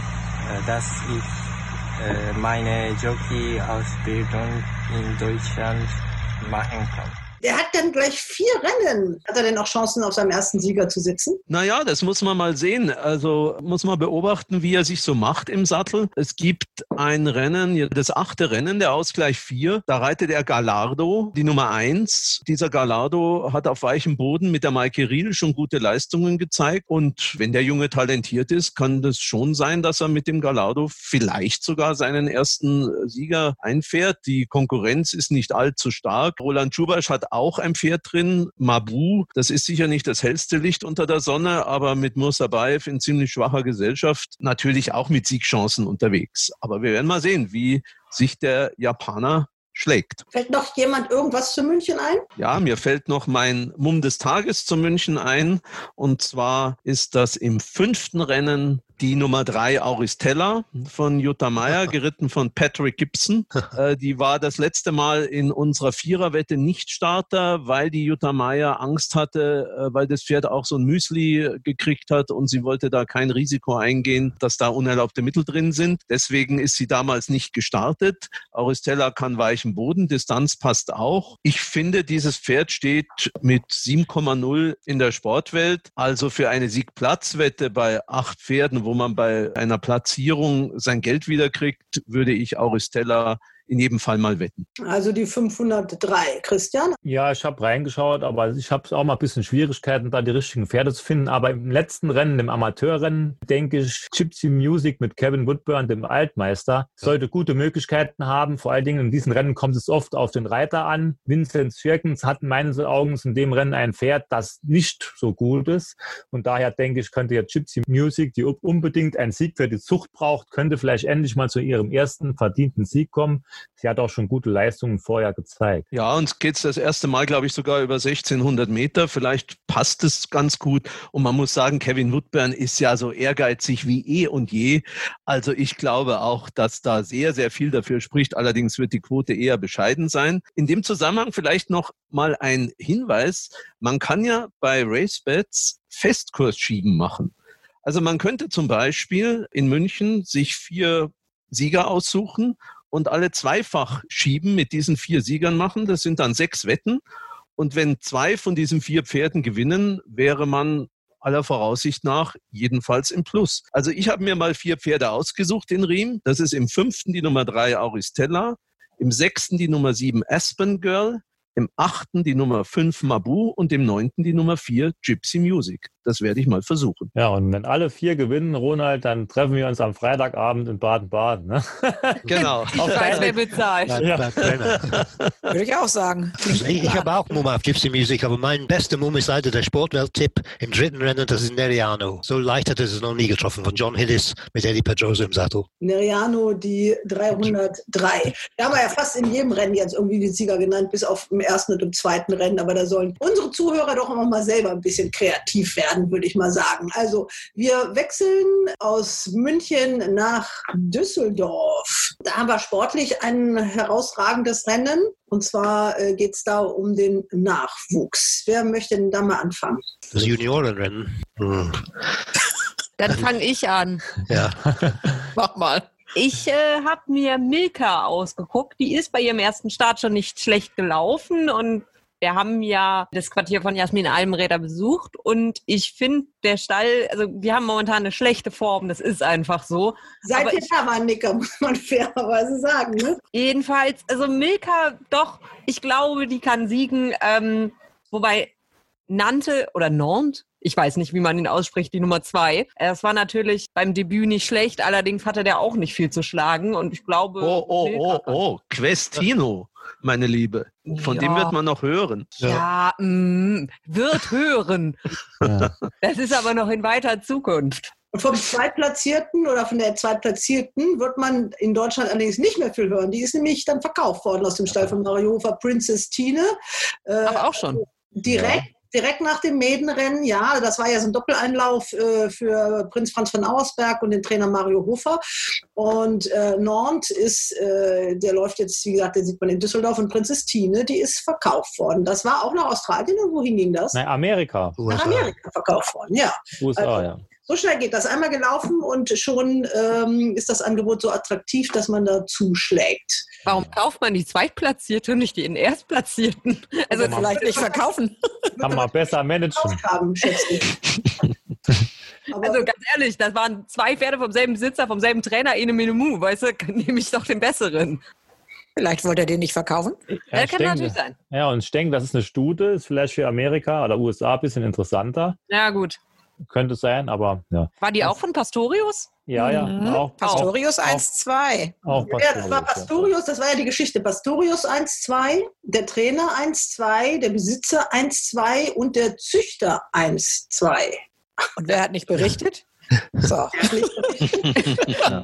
dass ich äh, meine Jockey-Ausbildung in Deutschland machen kann. Der hat dann gleich vier Rennen. Hat er denn auch Chancen, auf seinem ersten Sieger zu sitzen? Naja, das muss man mal sehen. Also muss man beobachten, wie er sich so macht im Sattel. Es gibt ein Rennen, das achte Rennen, der Ausgleich vier. Da reitet er Gallardo, die Nummer eins. Dieser Gallardo hat auf weichem Boden mit der Maike Riedl schon gute Leistungen gezeigt. Und wenn der Junge talentiert ist, kann das schon sein, dass er mit dem Gallardo vielleicht sogar seinen ersten Sieger einfährt. Die Konkurrenz ist nicht allzu stark. Roland Schubasch hat auch ein Pferd drin, Mabu. Das ist sicher nicht das hellste Licht unter der Sonne, aber mit Musabayev in ziemlich schwacher Gesellschaft natürlich auch mit Siegchancen unterwegs. Aber wir werden mal sehen, wie sich der Japaner schlägt. Fällt noch jemand irgendwas zu München ein? Ja, mir fällt noch mein Mumm des Tages zu München ein. Und zwar ist das im fünften Rennen die Nummer drei Auristella von Jutta Meier, geritten von Patrick Gibson. Äh, die war das letzte Mal in unserer Viererwette nicht Starter, weil die Jutta Meier Angst hatte, äh, weil das Pferd auch so ein Müsli gekriegt hat und sie wollte da kein Risiko eingehen, dass da unerlaubte Mittel drin sind. Deswegen ist sie damals nicht gestartet. Auristella kann weichen Boden, Distanz passt auch. Ich finde, dieses Pferd steht mit sieben Komma null in der Sportwelt. Also für eine Siegplatzwette bei acht Pferden, wo man bei einer Platzierung sein Geld wiederkriegt, würde ich Auristella in jedem Fall mal wetten. Also die fünfhundertdrei. Christian? Ja, ich habe reingeschaut, aber ich habe auch mal ein bisschen Schwierigkeiten, da die richtigen Pferde zu finden. Aber im letzten Rennen, im Amateurrennen, denke ich, Gypsy Music mit Kevin Woodburn, dem Altmeister, sollte gute Möglichkeiten haben. Vor allen Dingen in diesen Rennen kommt es oft auf den Reiter an. Vincent Schirkens hat in meinen Augen in dem Rennen ein Pferd, das nicht so gut ist. Und daher denke ich, könnte ja Gypsy Music, die unbedingt einen Sieg für die Zucht braucht, könnte vielleicht endlich mal zu ihrem ersten verdienten Sieg kommen. Sie hat auch schon gute Leistungen vorher gezeigt. Ja, uns geht es das erste Mal, glaube ich, sogar über sechzehnhundert Meter. Vielleicht passt es ganz gut. Und man muss sagen, Kevin Woodburn ist ja so ehrgeizig wie eh und je. Also ich glaube auch, dass da sehr, sehr viel dafür spricht. Allerdings wird die Quote eher bescheiden sein. In dem Zusammenhang vielleicht noch mal ein Hinweis. Man kann ja bei RaceBets Festkursschieben machen. Also man könnte zum Beispiel in München sich vier Sieger aussuchen und alle zweifach schieben mit diesen vier Siegern machen. Das sind dann sechs Wetten. Und wenn zwei von diesen vier Pferden gewinnen, wäre man aller Voraussicht nach jedenfalls im Plus. Also ich habe mir mal vier Pferde ausgesucht in Riem. Das ist im fünften die Nummer drei Auristella, im sechsten die Nummer sieben Aspen Girl, im achten die Nummer fünf Mabu und im neunten die Nummer vier Gypsy Music. Das werde ich mal versuchen. Ja, und wenn alle vier gewinnen, Ronald, dann treffen wir uns am Freitagabend in Baden-Baden. Ne? Genau. Ich weiß, wer bezahlt. Ja. Würde ich auch sagen. Also ich ich habe auch Mumm auf Gypsy Music, aber mein bester Mumm ist leider der Sportwelttipp im dritten Rennen, das ist Neriano. So leicht hat es noch nie getroffen, von John Hillis mit Eddie Pedroso im Sattel. Neriano, die dreihundertdrei. Wir haben ja fast in jedem Rennen jetzt irgendwie den Sieger genannt, bis auf im ersten und im zweiten Rennen. Aber da sollen unsere Zuhörer doch immer mal selber ein bisschen kreativ werden, würde ich mal sagen. Also wir wechseln aus München nach Düsseldorf. Da haben wir sportlich ein herausragendes Rennen. Und zwar äh, geht es da um den Nachwuchs. Wer möchte denn da mal anfangen? Das Juniorenrennen. Hm. Dann fange ich an. Ja. Mach mal. Ich äh, habe mir Milka ausgeguckt. Die ist bei ihrem ersten Start schon nicht schlecht gelaufen und wir haben ja das Quartier von Jasmin Almenräder besucht und ich finde, der Stall, also wir haben momentan eine schlechte Form, das ist einfach so. Seit Aber ihr da waren, Nicker, muss man fairerweise sagen. Ne? Jedenfalls, also Milka, doch, ich glaube, die kann siegen. Ähm, wobei Nante oder Nantes, ich weiß nicht, wie man ihn ausspricht, die Nummer zwei. Das war natürlich beim Debüt nicht schlecht, allerdings hatte der auch nicht viel zu schlagen und ich glaube... Oh, oh, oh, oh, Questino, meine Liebe. Von Ja. dem wird man noch hören. Ja, mh, wird hören. Ja. Das ist aber noch in weiter Zukunft. Und vom Zweitplatzierten oder von der Zweitplatzierten wird man in Deutschland allerdings nicht mehr viel hören. Die ist nämlich dann verkauft worden aus dem Stall von Mario Hofer, Princess Tine. Äh, Ach, auch schon. Direkt. Ja. Direkt nach dem Maidenrennen, ja, das war ja so ein Doppeleinlauf äh, für Prinz Franz von Auersberg und den Trainer Mario Hofer. Und äh, Nantes ist, äh, der läuft jetzt, wie gesagt, den sieht man in Düsseldorf und Princess Tine, die ist verkauft worden. Das war auch nach Australien und wohin ging das? Nein, Amerika. Nach Amerika verkauft worden, ja. U S A, also, ja. So schnell geht das. Einmal gelaufen und schon ähm, ist das Angebot so attraktiv, dass man da zuschlägt. Warum kauft man die Zweitplatzierte und nicht die Erstplatzierten? Also Also vielleicht nicht verkaufen. Kann man besser managen. Haben, schätze ich. Also ganz ehrlich, das waren zwei Pferde vom selben Besitzer, vom selben Trainer, Ene Menemu, weißt du, nehme ich doch den besseren. Vielleicht wollte er den nicht verkaufen. Ja, Ja, das kann Steng- natürlich sein. Ja, und Steng, das ist eine Stute, ist vielleicht für Amerika oder U S A ein bisschen interessanter. Ja, gut. Könnte sein, aber ja. War die auch von Pastorius? Ja, ja. Mhm. Auch, Pastorius auch, eins zwei. Auch, auch Ja, das war Pastorius, Pastorius, das war ja die Geschichte. Pastorius eins zwei, der Trainer eins zwei, der Besitzer eins zwei und der Züchter eins zwei. Und wer hat nicht berichtet? So. ja.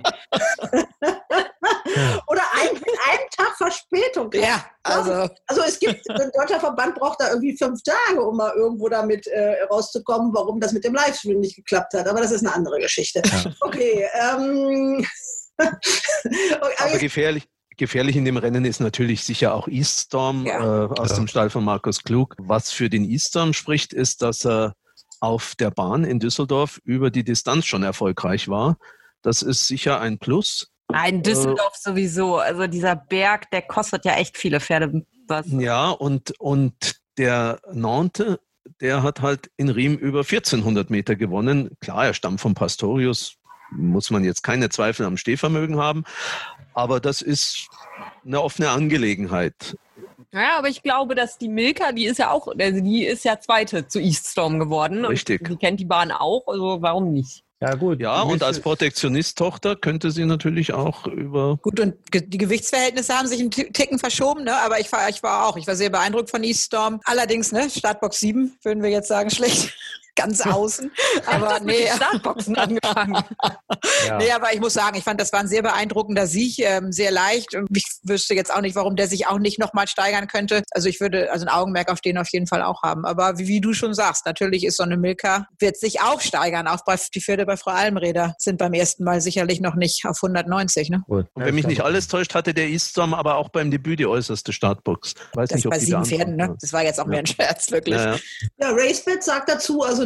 Oder ein, mit einem Tag Verspätung. Ja, also. Also es gibt, ein deutscher Verband braucht da irgendwie fünf Tage, um mal irgendwo damit äh, rauszukommen, warum das mit dem Livestream nicht geklappt hat. Aber das ist eine andere Geschichte. Ja. Okay. Ähm, Aber gefährlich. Gefährlich in dem Rennen ist natürlich sicher auch Eaststorm Ja. äh, aus Ja. dem Stall von Markus Klug. Was für den Eaststorm spricht, ist, dass er auf der Bahn in Düsseldorf über die Distanz schon erfolgreich war. Das ist sicher ein Plus. Nein, Düsseldorf sowieso. Also dieser Berg, der kostet ja echt viele Pferde was. Ja, und, und der Nantes, der hat halt in Riem über vierzehnhundert Meter gewonnen. Klar, er stammt von Pastorius, muss man jetzt keine Zweifel am Stehvermögen haben. Aber das ist eine offene Angelegenheit. Ja, aber ich glaube, dass die Milka, die ist ja auch, also die ist ja Zweite zu Eaststorm geworden. Richtig. Und die kennt die Bahn auch, also warum nicht? Ja, gut. Ja, und als Protektionist-Tochter könnte sie natürlich auch über... Gut, und ge- die Gewichtsverhältnisse haben sich einen T- Ticken verschoben, ne? Aber ich war, ich war auch, ich war sehr beeindruckt von Eaststorm. Allerdings, ne, Startbox sieben, würden wir jetzt sagen, schlecht. Ganz außen. Aber mit nee. den Startboxen angefangen. Ja. Nee, aber ich muss sagen, ich fand, das war ein sehr beeindruckender Sieg, ähm, sehr leicht. Und ich wüsste jetzt auch nicht, warum der sich auch nicht nochmal steigern könnte. Also ich würde also ein Augenmerk auf den auf jeden Fall auch haben. Aber wie, wie du schon sagst, natürlich ist so eine Milka, wird sich auch steigern. Auch bei, die Pferde bei Frau Almenräder sind beim ersten Mal sicherlich noch nicht auf hundertneunzig. Ne? Gut. Und wenn mich nicht alles täuscht, hatte der Eaststorm aber auch beim Debüt die äußerste Startbox. Weiß Das nicht, ob bei die sieben da Pferden, ne? anfangen. Das war jetzt auch mehr ein Scherz, wirklich. Ja, ja. ja, RaceBet sagt dazu, also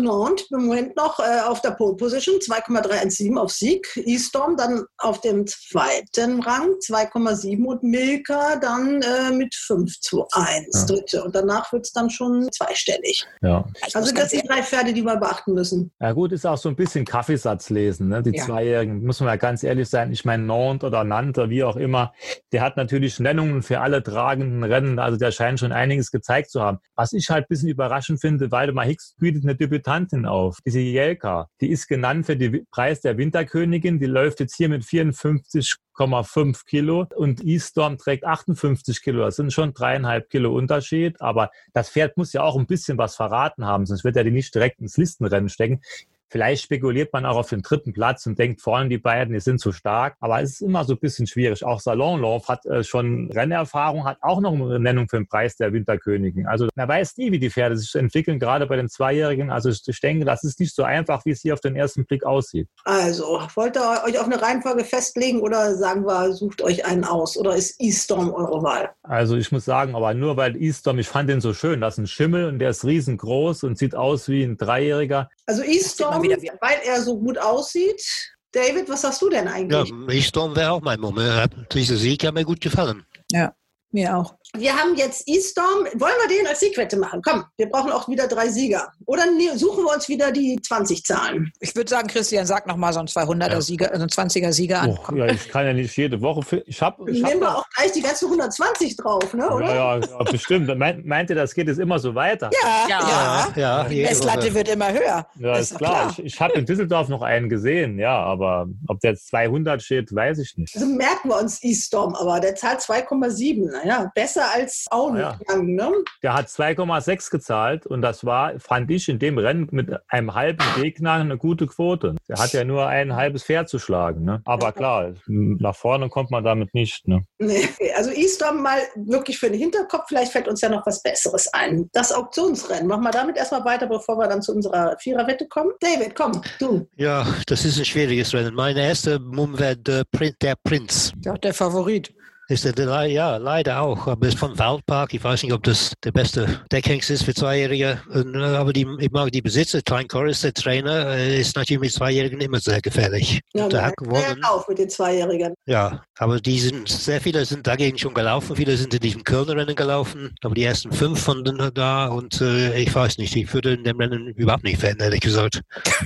Nantes im Moment noch äh, auf der Pole Position, zwei Komma drei eins sieben auf Sieg. E-Storm dann auf dem zweiten Rang, zwei Komma sieben und Milka dann äh, mit fünf Komma zwei eins, ja. Dritte. Und danach wird es dann schon zweistellig. Ja. Also das sind drei Pferde, die wir beachten müssen. Ja gut, ist auch so ein bisschen Kaffeesatz lesen. Ne? Die ja. Zweijährigen, muss man ja ganz ehrlich sein, ich meine Nantes oder Nantes, wie auch immer, der hat natürlich Nennungen für alle tragenden Rennen, also der scheint schon einiges gezeigt zu haben. Was ich halt ein bisschen überraschend finde, Waldemar Hicks bietet eine Debütantin auf, diese Jelka. Die ist genannt für den Preis der Winterkönigin, die läuft jetzt hier mit vierundfünfzig Komma fünf Kilo und E-Storm trägt achtundfünfzig Kilo. Das sind schon dreieinhalb Kilo Unterschied, aber das Pferd muss ja auch ein bisschen was verraten haben, sonst wird er die nicht direkt ins Listenrennen stecken. Vielleicht spekuliert man auch auf den dritten Platz und denkt, vorne die beiden, die sind zu stark. Aber es ist immer so ein bisschen schwierig. Auch Salon Love hat äh, schon Rennerfahrung, hat auch noch eine Nennung für den Preis der Winterkönigin. Also man weiß nie, wie die Pferde sich entwickeln, gerade bei den Zweijährigen. Also ich, ich denke, das ist nicht so einfach, wie es hier auf den ersten Blick aussieht. Also, wollt ihr euch auf eine Reihenfolge festlegen oder sagen wir, sucht euch einen aus? Oder ist E-Storm eure Wahl? Also ich muss sagen, aber nur weil E-Storm, ich fand den so schön, das ist ein Schimmel und der ist riesengroß und sieht aus wie ein Dreijähriger. Also E-Storm, weil er so gut aussieht. David, was sagst du denn eigentlich? Ja, E-Storm wäre auch mein Moment. Dieser Sieg hat mir gut gefallen. Ja, mir auch. Wir haben jetzt E-Storm. Wollen wir den als Siegwette machen? Komm, wir brauchen auch wieder drei Sieger. Oder suchen wir uns wieder die zwanzig Zahlen? Ich würde sagen, Christian, sag nochmal so einen zweihunderter ja. Sieger, also einen zwanziger Sieger an. Oh, ja, ich kann ja nicht jede Woche. Für, ich hab, ich Nehmen hab wir auch gleich die ganze hundertzwanzig drauf, ne? Oder? Ja, ja, ja bestimmt. Meint, meint ihr, das geht jetzt immer so weiter? Ja, ja. ja, ja die Messlatte wird immer höher. Ja, ist, ist klar. klar. Ich, ich habe in Düsseldorf noch einen gesehen, ja, aber ob der jetzt zweihundert steht, weiß ich nicht. Also merken wir uns E-Storm, aber der zahlt zwei Komma sieben. Naja, besser als auch ja. Lang, ne? Der hat zwei Komma sechs gezahlt und das war, fand ich, in dem Rennen mit einem halben Gegner eine gute Quote. Der hat ja nur ein halbes Pferd zu schlagen. Ne? Aber klar, nach vorne kommt man damit nicht. Ne? Nee, also E-Storm mal wirklich für den Hinterkopf, vielleicht fällt uns ja noch was Besseres ein. Das Auktionsrennen, machen wir damit erstmal weiter, bevor wir dann zu unserer Viererwette kommen. David, komm, du. Ja, das ist ein schwieriges Rennen. Mein erster Mumm wäre der, der Prinz. Ja, der Favorit. Ist der, ja, leider auch. Aber es ist von Waldpark. Ich weiß nicht, ob das der beste Deckhengst ist für Zweijährige. Aber die, ich mag die Besitzer. Klein Corris, der Trainer, ist natürlich mit Zweijährigen immer sehr gefährlich. Ja, der hat gewonnen. Auch mit den Zweijährigen. Ja, aber die sind, sehr viele sind dagegen schon gelaufen. Viele sind in diesem Kölner Rennen gelaufen. Aber die ersten fünf von denen da. Und äh, ich weiß nicht, ich würde in dem Rennen überhaupt nicht werden, ehrlich gesagt.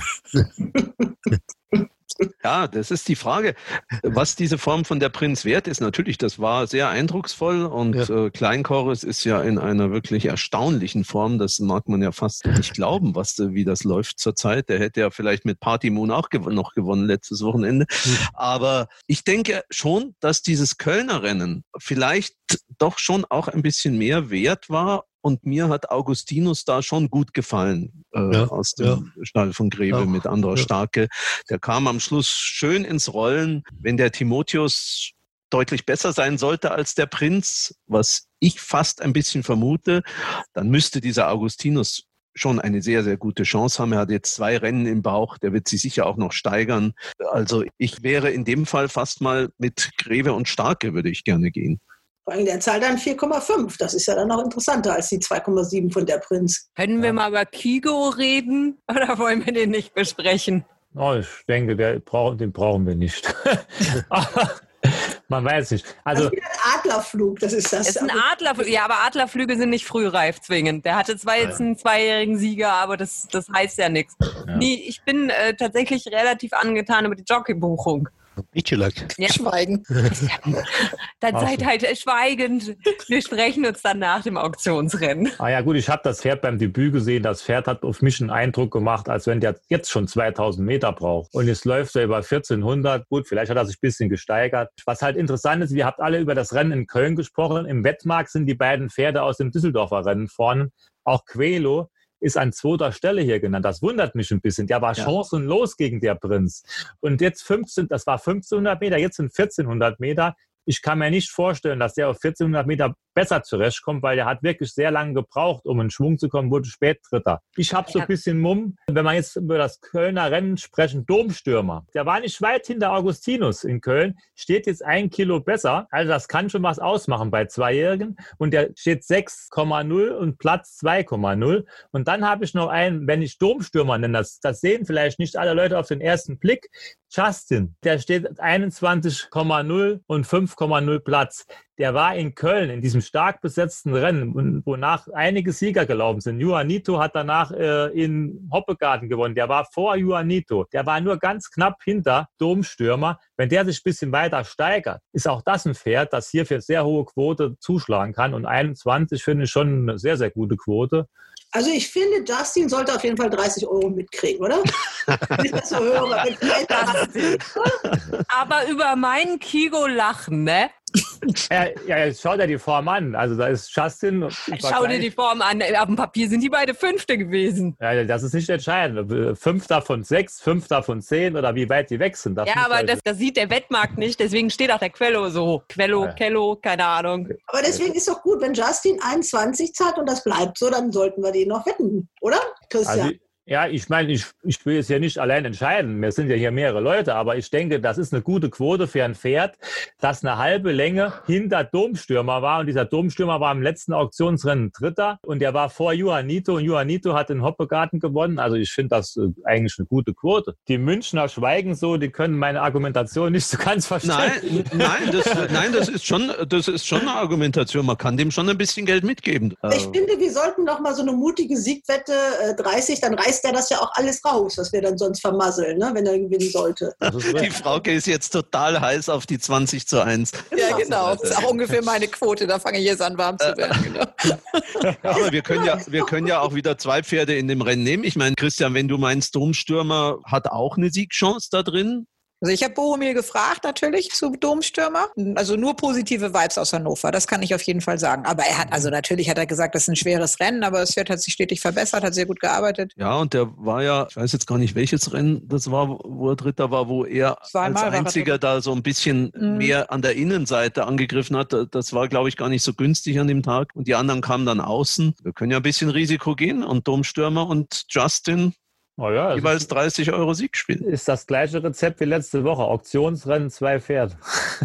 Ja, das ist die Frage. Was diese Form von der Prinz wert ist, natürlich, das war sehr eindrucksvoll und ja. äh, Kleinchorus ist ja in einer wirklich erstaunlichen Form. Das mag man ja fast nicht glauben, was wie das läuft zurzeit. Der hätte ja vielleicht mit Party Moon auch gew- noch gewonnen letztes Wochenende. Mhm. Aber ich denke schon, dass dieses Kölner Rennen vielleicht doch schon auch ein bisschen mehr wert war. Und mir hat Augustinus da schon gut gefallen, äh, ja, aus dem ja. Stall von Greve ja, mit anderer ja. Starke. Der kam am Schluss schön ins Rollen. Wenn der Timotheus deutlich besser sein sollte als der Prinz, was ich fast ein bisschen vermute, dann müsste dieser Augustinus schon eine sehr, sehr gute Chance haben. Er hat jetzt zwei Rennen im Bauch, der wird sich sicher auch noch steigern. Also ich wäre in dem Fall fast mal mit Greve und Starke, würde ich gerne gehen. Vor allem der zahlt dann vier Komma fünf. Das ist ja dann noch interessanter als die zwei Komma sieben von der Prinz. Können wir ja. mal über Kigo reden oder wollen wir den nicht besprechen? Oh, ich denke, der brauch, den brauchen wir nicht. Man weiß nicht. Also, das ist ein Adlerflug, das ist das. Es ist ein Adlerflug, ja, aber Adlerflüge sind nicht frühreif zwingend. Der hatte zwar jetzt einen zweijährigen Sieger, aber das, das heißt ja nichts. Ja. Nee, ich bin äh, tatsächlich relativ angetan über die Jockeybuchung. Ja. Schweigen. Dann seid halt schweigend. Wir sprechen uns dann nach dem Auktionsrennen. Ah ja gut, ich habe das Pferd beim Debüt gesehen. Das Pferd hat auf mich einen Eindruck gemacht, als wenn der jetzt schon zweitausend Meter braucht. Und jetzt läuft er über vierzehnhundert. Gut, vielleicht hat er sich ein bisschen gesteigert. Was halt interessant ist, ihr habt alle über das Rennen in Köln gesprochen. Im Wettmarkt sind die beiden Pferde aus dem Düsseldorfer Rennen vorne. Auch Quelo ist an zweiter Stelle hier genannt. Das wundert mich ein bisschen. Der war ja. chancenlos gegen der Prinz. Und jetzt fünfzehn, das war fünfzehnhundert Meter, jetzt sind vierzehnhundert Meter. Ich kann mir nicht vorstellen, dass der auf vierzehnhundert Meter besser zurechtkommt, weil der hat wirklich sehr lange gebraucht, um in Schwung zu kommen, wurde spät Dritter. Ich habe so ein bisschen Mumm, wenn wir jetzt über das Kölner Rennen sprechen, Domstürmer. Der war nicht weit hinter Augustinus in Köln, steht jetzt ein Kilo besser. Also das kann schon was ausmachen bei Zweijährigen. Und der steht sechs Komma null und Platz zwei Komma null. Und dann habe ich noch einen, wenn ich Domstürmer nenne, das, das sehen vielleicht nicht alle Leute auf den ersten Blick, Justin, der steht einundzwanzig Komma null und fünf Komma null Platz. Der war in Köln in diesem stark besetzten Rennen, wonach einige Sieger gelaufen sind. Juanito hat danach äh, in Hoppegarten gewonnen. Der war vor Juanito. Der war nur ganz knapp hinter Domstürmer. Wenn der sich ein bisschen weiter steigert, ist auch das ein Pferd, das hier für sehr hohe Quote zuschlagen kann. Und einundzwanzig finde ich schon eine sehr, sehr gute Quote. Also ich finde, Justin sollte auf jeden Fall dreißig Euro mitkriegen, oder? Wenn ich das so höre. Aber über meinen Kigo lachen, ne? Ja, ja, jetzt schaut er die Form an. Also da ist Justin. Schau dir die Form an. Auf dem Papier sind die beide Fünfte gewesen. Ja, das ist nicht entscheidend. Fünfter von sechs, Fünfter von zehn oder wie weit die weg sind. Das ja, aber halt das, das sieht der Wettmarkt nicht. Deswegen steht auch der Quello so. Quello, ja. Kello, keine Ahnung. Aber deswegen ist doch gut, wenn Justin einundzwanzig zahlt und das bleibt so, dann sollten wir den noch wetten, oder, Christian? Also, ja, ich meine, ich, ich will es ja nicht allein entscheiden. Wir sind ja hier mehrere Leute, aber ich denke, das ist eine gute Quote für ein Pferd, das eine halbe Länge hinter Domstürmer war. Und dieser Domstürmer war im letzten Auktionsrennen Dritter und der war vor Juanito. Und Juanito hat den Hoppegarten gewonnen. Also ich finde das äh, eigentlich eine gute Quote. Die Münchner schweigen so, die können meine Argumentation nicht so ganz verstehen. Nein, nein, das, nein das, ist schon, das ist schon eine Argumentation. Man kann dem schon ein bisschen Geld mitgeben. Ich finde, wir sollten noch mal so eine mutige Siegwette äh, dreißig, dann reißt der das ja auch alles raus, was wir dann sonst vermasseln, ne, wenn er gewinnen sollte. Die Frauke ist jetzt total heiß auf die zwanzig zu eins. Ja, genau. Das ist auch ungefähr meine Quote. Da fange ich jetzt an, warm zu werden. Genau. Aber wir können, ja, wir können ja auch wieder zwei Pferde in dem Rennen nehmen. Ich meine, Christian, wenn du meinst, Domstürmer hat auch eine Siegchance da drin. Also ich habe Bohumil gefragt natürlich zu Domstürmer. Also nur positive Vibes aus Hannover, das kann ich auf jeden Fall sagen. Aber er hat, also natürlich hat er gesagt, das ist ein schweres Rennen, aber das Pferd hat sich stetig verbessert, hat sehr gut gearbeitet. Ja, und der war ja, ich weiß jetzt gar nicht, welches Rennen das war, wo er Dritter war, wo er Zweimal als einziger da so ein bisschen mhm. mehr an der Innenseite angegriffen hat. Das war, glaube ich, gar nicht so günstig an dem Tag. Und die anderen kamen dann außen. Wir können ja ein bisschen Risiko gehen und Domstürmer und Justin Oh ja, jeweils dreißig Euro Siegspiel. Ist das gleiche Rezept wie letzte Woche. Auktionsrennen, zwei Pferde.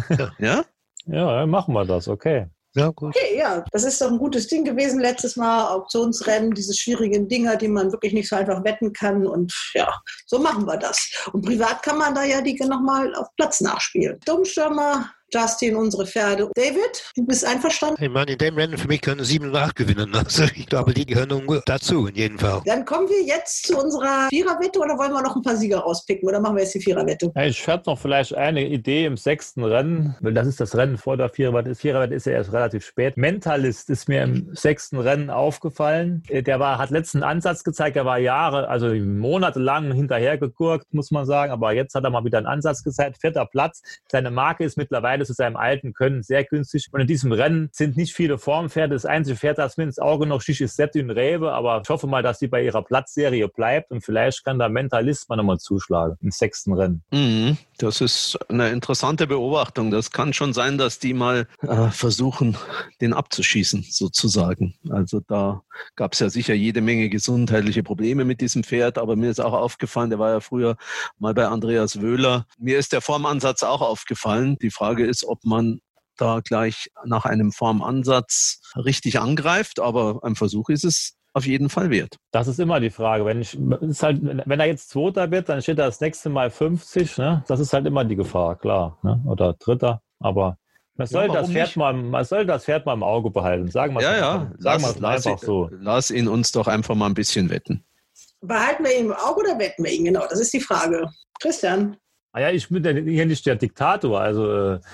Ja? Ja, machen wir das, okay. Ja, gut. Okay, ja, das ist doch ein gutes Ding gewesen letztes Mal. Auktionsrennen, diese schwierigen Dinger, die man wirklich nicht so einfach wetten kann. Und ja, so machen wir das. Und privat kann man da ja die nochmal auf Platz nachspielen. Domstürmer, Justin, unsere Pferde. David, du bist einverstanden? Ich meine, in dem Rennen für mich können sieben nachgewinnen. Also ich glaube, die gehören dazu in jedem Fall. Dann kommen wir jetzt zu unserer Viererwette oder wollen wir noch ein paar Sieger rauspicken? Oder machen wir jetzt die Viererwette? Ja, ich habe noch vielleicht eine Idee im sechsten Rennen, weil das ist das Rennen vor der Viererwette. Viererwette ist ja erst relativ spät. Mentalist ist mir im sechsten Rennen aufgefallen. Der war, hat letzten Ansatz gezeigt, er war Jahre, also monatelang hinterhergegurkt, muss man sagen. Aber jetzt hat er mal wieder einen Ansatz gezeigt. Vierter Platz. Seine Marke ist mittlerweile zu seinem alten Können sehr günstig. Und in diesem Rennen sind nicht viele Formpferde. Das einzige Pferd, das mir ins Auge noch sticht, ist Setün Rewe. Aber ich hoffe mal, dass sie bei ihrer Platzserie bleibt. Und vielleicht kann der Mentalist mal nochmal zuschlagen im sechsten Rennen. Mhm. Das ist eine interessante Beobachtung. Das kann schon sein, dass die mal äh, versuchen, den abzuschießen, sozusagen. Also da gab es ja sicher jede Menge gesundheitliche Probleme mit diesem Pferd. Aber mir ist auch aufgefallen, der war ja früher mal bei Andreas Wöhler. Mir ist der Formansatz auch aufgefallen. Die Frage ist, ob man da gleich nach einem Formansatz richtig angreift, aber ein Versuch ist es auf jeden Fall wert. Das ist immer die Frage. Wenn, ich, ist halt, wenn er jetzt Zweiter wird, dann steht er das nächste Mal fünfzig. Ne? Das ist halt immer die Gefahr, klar. Ne? Oder Dritter. Aber man soll, ja, das Pferd mal, man soll das Pferd mal im Auge behalten. Sagen wir ja, ja. Sagen lass, wir es einfach ihn, so. Lass ihn uns doch einfach mal ein bisschen wetten. Behalten wir ihn im Auge oder wetten wir ihn? Genau, das ist die Frage. Christian? Ah ja, ich bin ja hier nicht der Diktator, also... Äh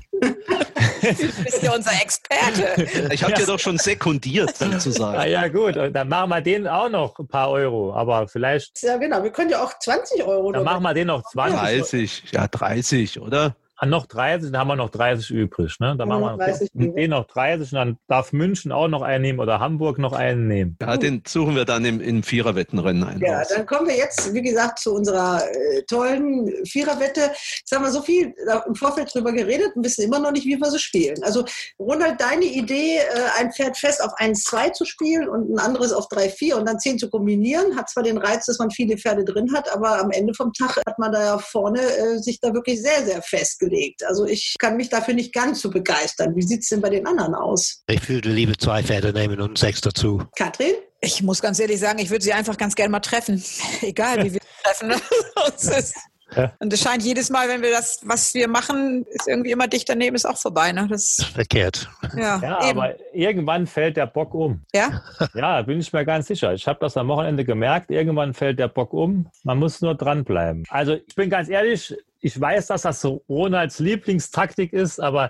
Du bist ja unser Experte. Ich habe dir doch schon sekundiert, sozusagen. Ah ja gut, dann machen wir den auch noch ein paar Euro, aber vielleicht... Ja genau, wir können ja auch zwanzig Euro... Dann machen wir den noch zwanzig. dreißig, ja dreißig, oder? Ah, noch dreißig, dann haben wir noch dreißig übrig. Ne? Dann Ja, machen wir dreißig noch, den noch dreißig und dann darf München auch noch einen nehmen oder Hamburg noch einen nehmen. Ja, den suchen wir dann im, im Viererwettenrennen ein. Ja, dann kommen wir jetzt, wie gesagt, zu unserer äh, tollen Viererwette. Jetzt haben wir so viel im Vorfeld drüber geredet und wissen immer noch nicht, wie wir sie spielen. Also Ronald, deine Idee, äh, ein Pferd fest auf eins zwei zu spielen und ein anderes auf drei vier und dann zehn zu kombinieren, hat zwar den Reiz, dass man viele Pferde drin hat, aber am Ende vom Tag hat man da ja vorne äh, sich da wirklich sehr, sehr festgelegt. Also ich kann mich dafür nicht ganz so begeistern. Wie sieht es denn bei den anderen aus? Ich würde lieber zwei Pferde nehmen und sechs dazu. Katrin? Ich muss ganz ehrlich sagen, ich würde sie einfach ganz gerne mal treffen. Egal, wie wir sie treffen. Das ist, und es scheint jedes Mal, wenn wir das, was wir machen, ist irgendwie immer dicht daneben, ist auch vorbei. Ne? Das, Verkehrt. ja, Ja, eben. aber irgendwann fällt der Bock um. Ja? Ja, bin ich mir ganz sicher. Ich habe das am Wochenende gemerkt. Irgendwann fällt der Bock um. Man muss nur dranbleiben. Also ich bin ganz ehrlich, ich weiß, dass das so Ronalds Lieblingstaktik ist, aber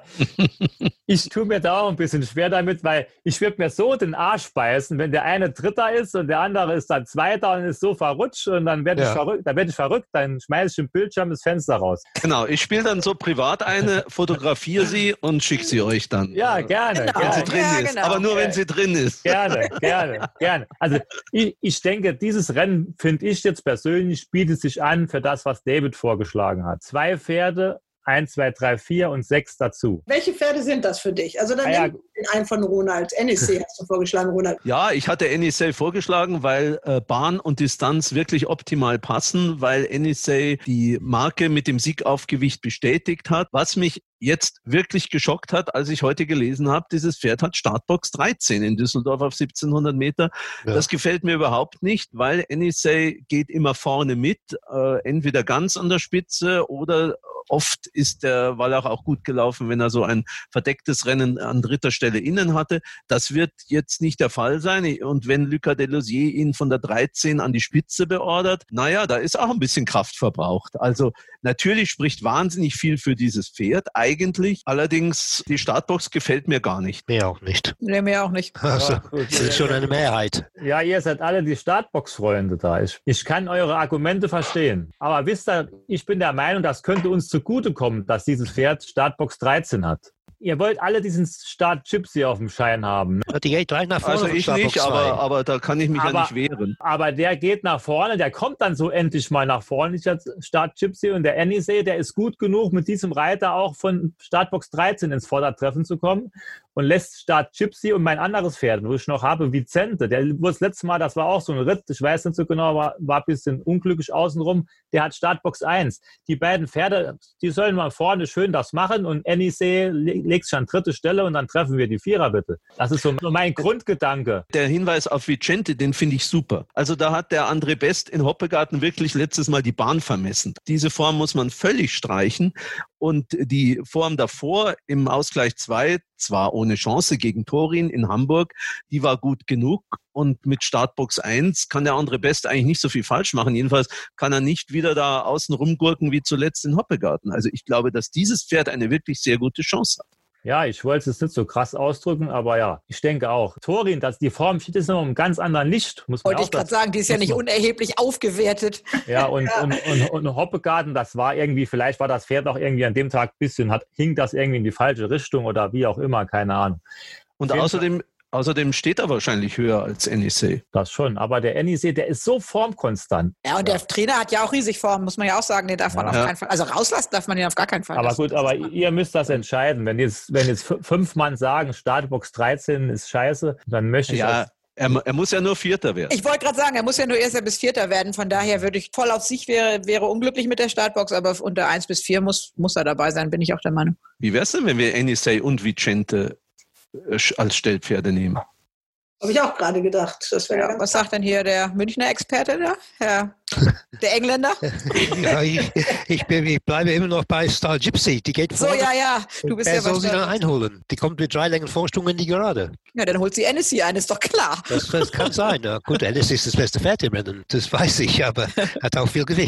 ich tue mir da auch ein bisschen schwer damit, weil ich würde mir so den Arsch beißen, wenn der eine Dritter ist und der andere ist dann Zweiter und ist so verrutscht und dann werde ich, Ja. verrückt, dann werd ich verrückt, dann schmeiße ich im Bildschirm das Fenster raus. Genau, ich spiele dann so privat eine, fotografiere sie und schicke sie euch dann. Ja, gerne. Genau. Wenn sie gerne. drin Ja, ist. genau. Aber nur, wenn sie drin ist. Gerne, gerne, gerne. Also ich, ich denke, dieses Rennen, finde ich jetzt persönlich, bietet sich an für das, was David vorgeschlagen hat. Zwei Pferde, eins, zwei, drei, vier und sechs dazu. Welche Pferde sind das für dich? Also dann Ah, ja. nimm den einen von Ronald. N E C hast du vorgeschlagen, Ronald. Ja, ich hatte N E C vorgeschlagen, weil äh, Bahn und Distanz wirklich optimal passen, weil N E C die Marke mit dem Siegaufgewicht bestätigt hat. Was mich jetzt wirklich geschockt hat, als ich heute gelesen habe, dieses Pferd hat Startbox dreizehn in Düsseldorf auf siebzehnhundert Meter. Ja. Das gefällt mir überhaupt nicht, weil N E C geht immer vorne mit, äh, entweder ganz an der Spitze oder oft ist der Wallach auch gut gelaufen, wenn er so ein verdecktes Rennen an dritter Stelle innen hatte. Das wird jetzt nicht der Fall sein. Und wenn Lucas Delosier ihn von der dreizehn an die Spitze beordert, naja, da ist auch ein bisschen Kraft verbraucht. Also natürlich spricht wahnsinnig viel für dieses Pferd, eigentlich. Allerdings, die Startbox gefällt mir gar nicht. Mir auch nicht. Nee, mir auch nicht. Also, Ja, gut. das ist schon eine Mehrheit. Ja, ihr seid alle die Startbox-Freunde da. Ich, ich kann eure Argumente verstehen. Aber wisst ihr, ich bin der Meinung, das könnte uns zugutekommen, dass dieses Pferd Startbox dreizehn hat. Ihr wollt alle diesen Start-Gypsy auf dem Schein haben. Ne? Die geht gleich nach vorne. Also von ich Startbox nicht, zwei. aber, aber da kann ich mich Aber- ja nicht wehren. Aber der geht nach vorne, der kommt dann so endlich mal nach vorne, dieser Start-Gypsy. Und der Anisee, der ist gut genug, mit diesem Reiter auch von Startbox dreizehn ins Vordertreffen zu kommen. Und lässt Start Gypsy und mein anderes Pferd, wo ich noch habe, Vicente, der wo das letzte Mal, das war auch so ein Ritt, ich weiß nicht so genau, war, war ein bisschen unglücklich außenrum, der hat Startbox eins. Die beiden Pferde, die sollen mal vorne schön das machen und Anisee legt sich an dritte Stelle und dann treffen wir die Vierer bitte. Das ist so mein Grundgedanke. Der Hinweis auf Vicente, den finde ich super. Also da hat der André Best in Hoppegarten wirklich letztes Mal die Bahn vermessen. Diese Form muss man völlig streichen. Und die Form davor im Ausgleich zwei, zwar ohne Chance gegen Torin in Hamburg, die war gut genug. Und mit Startbox eins kann der André Best eigentlich nicht so viel falsch machen. Jedenfalls kann er nicht wieder da außen rumgurken wie zuletzt in Hoppegarten. Also ich glaube, dass dieses Pferd eine wirklich sehr gute Chance hat. Ja, ich wollte es jetzt nicht so krass ausdrücken, aber ja, ich denke auch. Torin, das, die Form steht jetzt noch im ganz anderen Licht. Muss man Wollte auch ich gerade das- sagen, die ist ja muss nicht man- unerheblich aufgewertet. Ja, und, und, und, und Hoppegarten, das war irgendwie, vielleicht war das Pferd auch irgendwie an dem Tag ein bisschen, hat, hing das irgendwie in die falsche Richtung oder wie auch immer, keine Ahnung. Und Auf jeden außerdem, außerdem steht er wahrscheinlich höher als N E C. Das schon, aber der Anisee, der ist so formkonstant. Ja, und der Trainer hat ja auch riesig Form, muss man ja auch sagen, den darf man Ja. auf keinen Fall. Also rauslassen darf man den auf gar keinen Fall. Aber Das- gut, aber ihr müsst das entscheiden. Wenn jetzt, wenn jetzt f- fünf Mann sagen, Startbox dreizehn ist scheiße, dann möchte ich Ja, als- er, er muss ja nur Vierter werden. Ich wollte gerade sagen, er muss ja nur Erster bis Vierter werden. Von daher würde ich voll auf sich wäre, wäre unglücklich mit der Startbox, aber unter eins bis vier muss, muss er dabei sein, bin ich auch der Meinung. Wie wär's denn, wenn wir N E C und Vicente äh, als Stellpferde nehmen? Habe ich auch gerade gedacht. Das wäre Ja, was sagt denn hier der Münchner Experte da? Herr, der Engländer? Ja, ich, ich, bin, ich bleibe immer noch bei Star Gypsy. Die geht So, vorne. ja, ja. Du bist Wer ja soll was sie dann einholen? Die kommt mit drei Längen Vorsprung in die Gerade. Ja, dann holt sie N S C ein, ist doch klar. Das, das kann sein. Ja, gut, Alice ist das beste Pferd im Rennen. Das weiß ich, aber hat auch viel Gewicht.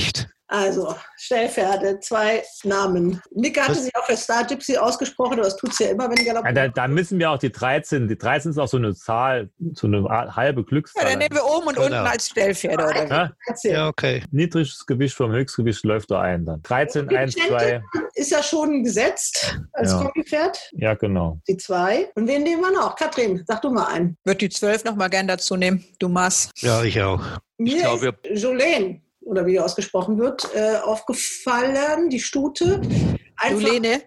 Also, Stellpferde, zwei Namen. Nick hatte sich auch für Star Gypsy ausgesprochen, aber das tut sie ja immer, wenn Galopp. Ja, da, da müssen wir auch die dreizehn, die dreizehn ist auch so eine Zahl, so eine halbe Glückszahl. Ja, dann nehmen wir oben und Genau. unten als Stellpferde, oder wie? Ja? Ja, okay. Niedriges Gewicht vom Höchstgewicht läuft da ein dann. dreizehn, eins, zwei. Ist ja schon gesetzt als Ja. Kombipferd. Ja, genau. Die zwei. Und wen nehmen wir noch? Katrin, sag du mal einen. Wird die zwölf noch mal gern dazu nehmen. Du machst. Ja, ich auch. Mir Ich glaube, ist Jolene, oder wie die ausgesprochen wird, äh, aufgefallen, die Stute. Einfach, Jolene.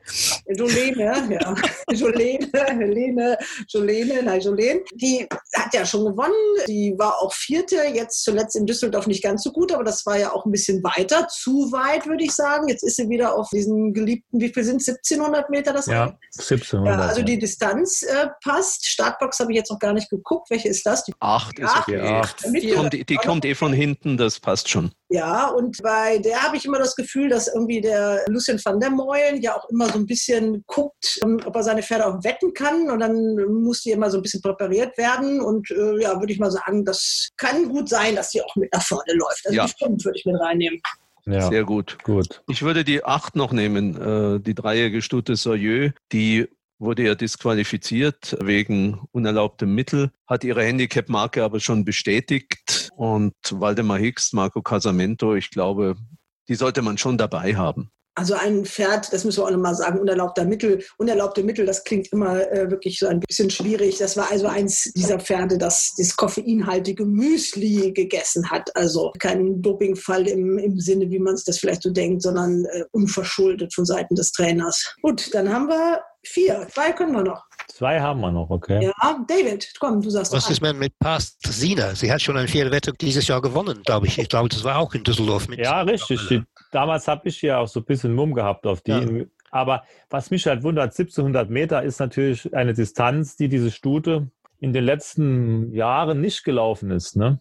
Jolene, ja. Jolene, Helene, Jolene, nein, Jolene. Die hat ja schon gewonnen. Die war auch Vierte, jetzt zuletzt in Düsseldorf nicht ganz so gut, aber das war ja auch ein bisschen weiter. Zu weit, würde ich sagen. Jetzt ist sie wieder auf diesen geliebten, wie viel sind es? siebzehnhundert Meter das Ja, Rennen? siebzehnhundert. Ja, also die Distanz äh, passt. Startbox habe ich jetzt noch gar nicht geguckt. Welche ist das? Die Acht ist Acht. okay. Acht. Die kommt, die kommt eh von hinten, das passt schon. Ja, und bei der habe ich immer das Gefühl, dass irgendwie der Lucien van der Meulen ja auch immer so ein bisschen guckt, ob er seine Pferde auch wetten kann. Und dann muss die immer so ein bisschen präpariert werden. Und äh, ja, würde ich mal sagen, das kann gut sein, dass die auch mit nach vorne läuft. Also Ja. die fünf würde ich mit reinnehmen. Ja. Sehr gut. Gut. Ich würde die acht noch nehmen, äh, die dreijährige Stute Soyeux, die wurde ja disqualifiziert wegen unerlaubtem Mittel, hat ihre Handicap-Marke aber schon bestätigt. Und Waldemar Hicks, Marco Casamento, ich glaube, die sollte man schon dabei haben. Also ein Pferd, das müssen wir auch nochmal sagen, unerlaubter Mittel. Unerlaubte Mittel, das klingt immer äh, wirklich so ein bisschen schwierig. Das war also eins dieser Pferde, das das koffeinhaltige Müsli gegessen hat. Also kein Dopingfall im, im Sinne, wie man sich das vielleicht so denkt, sondern äh, unverschuldet von Seiten des Trainers. Gut, dann haben wir vier. Zwei können wir noch. Zwei haben wir noch, okay. Ja, David, komm, du sagst Was doch ist denn mit Pastina? Sie hat schon ein Pferdewette dieses Jahr gewonnen, glaube ich. Ich glaube, das war auch in Düsseldorf mit. Ja, richtig. Die, damals habe ich ja auch so ein bisschen Mumm gehabt auf die. Ja. Aber was mich halt wundert, siebzehnhundert Meter ist natürlich eine Distanz, die diese Stute in den letzten Jahren nicht gelaufen ist. Ne?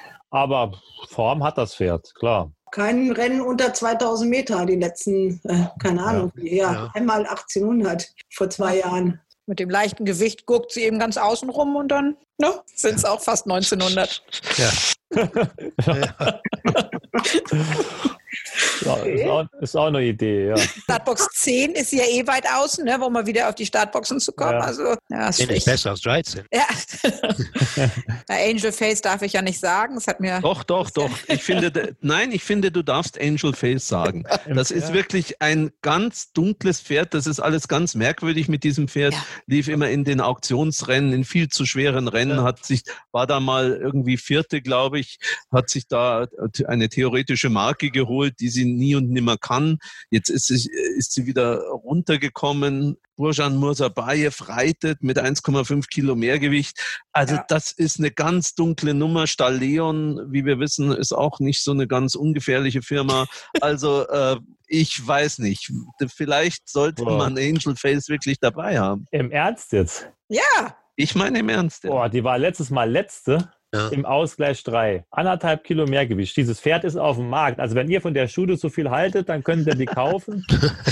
Aber Form hat das Pferd, klar. kein Rennen unter zweitausend Meter, die letzten, äh, keine Ahnung, ja, ja, ja. einmal achtzehnhundert vor zwei Jahren. Mit dem leichten Gewicht guckt sie eben ganz außen rum und dann ne, sind es auch fast neunzehnhundert. Ja. ja. Ja, Okay. ist, auch, ist auch eine Idee, ja. Startbox zehn ist ja eh weit außen, ne, um mal wieder auf die Startboxen zu kommen. Ja. Also, ja, ist Finde ich besser als dreizehn. Ja. Na, Angel Face darf ich ja nicht sagen. Das hat mir Doch, doch, doch. Ich finde, nein, ich finde, du darfst Angel Face sagen. Das ist Ja. wirklich ein ganz dunkles Pferd. Das ist alles ganz merkwürdig mit diesem Pferd. Ja. Lief immer in den Auktionsrennen, in viel zu schweren Rennen, Ja. hat sich, war da mal irgendwie Vierte, glaube ich, hat sich da eine theoretische Marke geholt, die sie nie und nimmer kann. Jetzt ist sie, ist sie wieder runtergekommen. Burjan Murzabayev reitet mit eins Komma fünf Kilo Mehrgewicht. Also Ja. das ist eine ganz dunkle Nummer. Stahl Leon, wie wir wissen, ist auch nicht so eine ganz ungefährliche Firma. Also äh, ich weiß nicht. Vielleicht sollte Boah. man Angel Face wirklich dabei haben. Im Ernst jetzt? ja, Ich meine im Ernst. Ja. Boah, die war letztes Mal letzte Ja. im Ausgleich drei. Anderthalb Kilo Mehrgewicht. Dieses Pferd ist auf dem Markt. Also wenn ihr von der Stute so viel haltet, dann könnt ihr die kaufen.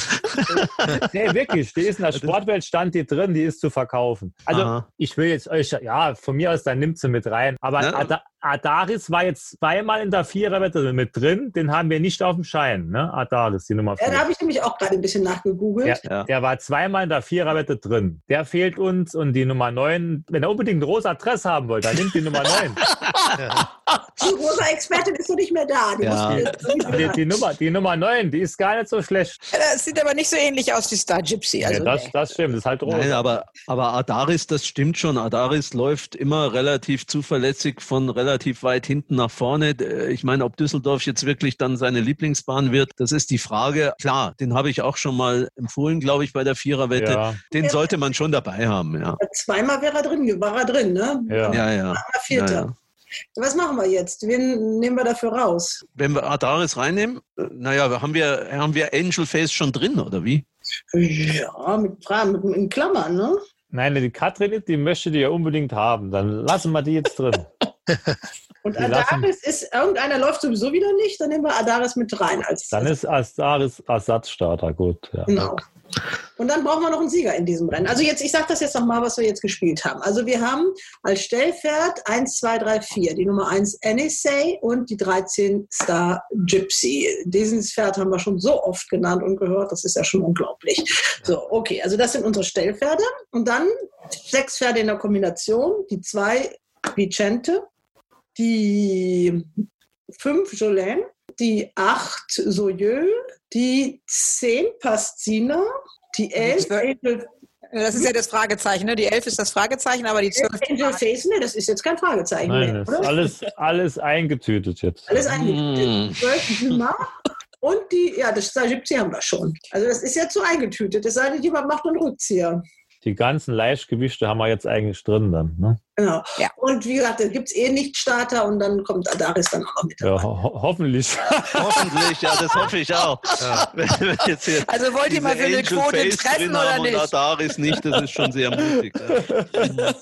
Nee, wirklich. Die ist in der Sportwelt, stand die drin, die ist zu verkaufen. Also Aha. ich will jetzt euch, ja, von mir aus, dann nimmt sie mit rein. Aber Ja. Ad Adaris war jetzt zweimal in der Viererwette mit drin. Den haben wir nicht auf dem Schein, ne? Adaris, die Nummer Ja, da vier. habe ich nämlich auch gerade ein bisschen nachgegoogelt. Ja, Ja. Der war zweimal in der Viererwette drin. Der fehlt uns und die Nummer neun, wenn er unbedingt ein rosa Dress haben wollt, dann nimmt die Nummer neun. Die rosa Expertin ist doch nicht mehr da. Die Ja. muss jetzt nicht Die, mehr die, Nummer, die Nummer neun, die ist gar nicht so schlecht. das sieht aber nicht so ähnlich aus wie Star Gypsy. Also, nee, das, nee. das stimmt, das ist halt rosa. Nein, aber, aber Adaris, das stimmt schon. Adaris läuft immer relativ zuverlässig von relativ weit hinten nach vorne. Ich meine, ob Düsseldorf jetzt wirklich dann seine Lieblingsbahn wird, das ist die Frage. Klar, den habe ich auch schon mal empfohlen, glaube ich, bei der Viererwette. Ja. Den sollte man schon dabei haben, ja. Zweimal wäre er drin, war er drin, ne? Ja. Ja, ja. Einmal Vierter. Ja, ja. Was machen wir jetzt? Wen nehmen wir dafür raus? Wenn wir Adaris reinnehmen, äh, naja, haben wir, haben wir Angel Face schon drin, oder wie? Ja, mit Fragen, mit, in Klammern, ne? Nein, die Katrin, die möchte die ja unbedingt haben. Dann lassen wir die jetzt drin. Und Die lassen- Adaris ist, irgendeiner läuft sowieso wieder nicht, dann nehmen wir Adaris mit rein. Als, Dann ist Adaris Ersatzstarter, gut. Ja. Genau. Und dann brauchen wir noch einen Sieger in diesem Rennen. Also jetzt, ich sage das jetzt nochmal, was wir jetzt gespielt haben. Also wir haben als Stellpferd eins, zwei, drei, vier, die Nummer eins Anissei und die dreizehn Star Gypsy. Dieses Pferd haben wir schon so oft genannt und gehört, das ist ja schon unglaublich. So, okay, also das sind unsere Stellpferde. Und dann sechs Pferde in der Kombination, die zwei Vicente, die fünf Jolene, die acht Soyeul, die zehn Pastina, die elf Angel. Das ist ja das Fragezeichen, ne? Die elf ist das Fragezeichen, aber die zwölf. Angel Face, ne, das ist jetzt kein Fragezeichen Nein, mehr, das ist oder? alles, alles eingetütet jetzt. Alles eingetütet. zwölf Dumas und die, ja, das Star Gypsy haben wir schon. Also das ist jetzt so eingetütet. Es sei denn, jemand macht einen Rückzieher. Die ganzen Leichtgewichte haben wir jetzt eigentlich drin dann. Ne? Genau. Ja. Und wie gesagt, da gibt es eh Nicht-Starter und dann kommt Adaris dann auch noch mit dabei. Ja, ho hoffentlich. Hoffentlich, ja, das hoffe ich auch. Ja. Wenn wir jetzt hier also wollt ihr mal für eine Quote Face treffen oder nicht? Und Adaris nicht, das ist schon sehr mutig. Ja.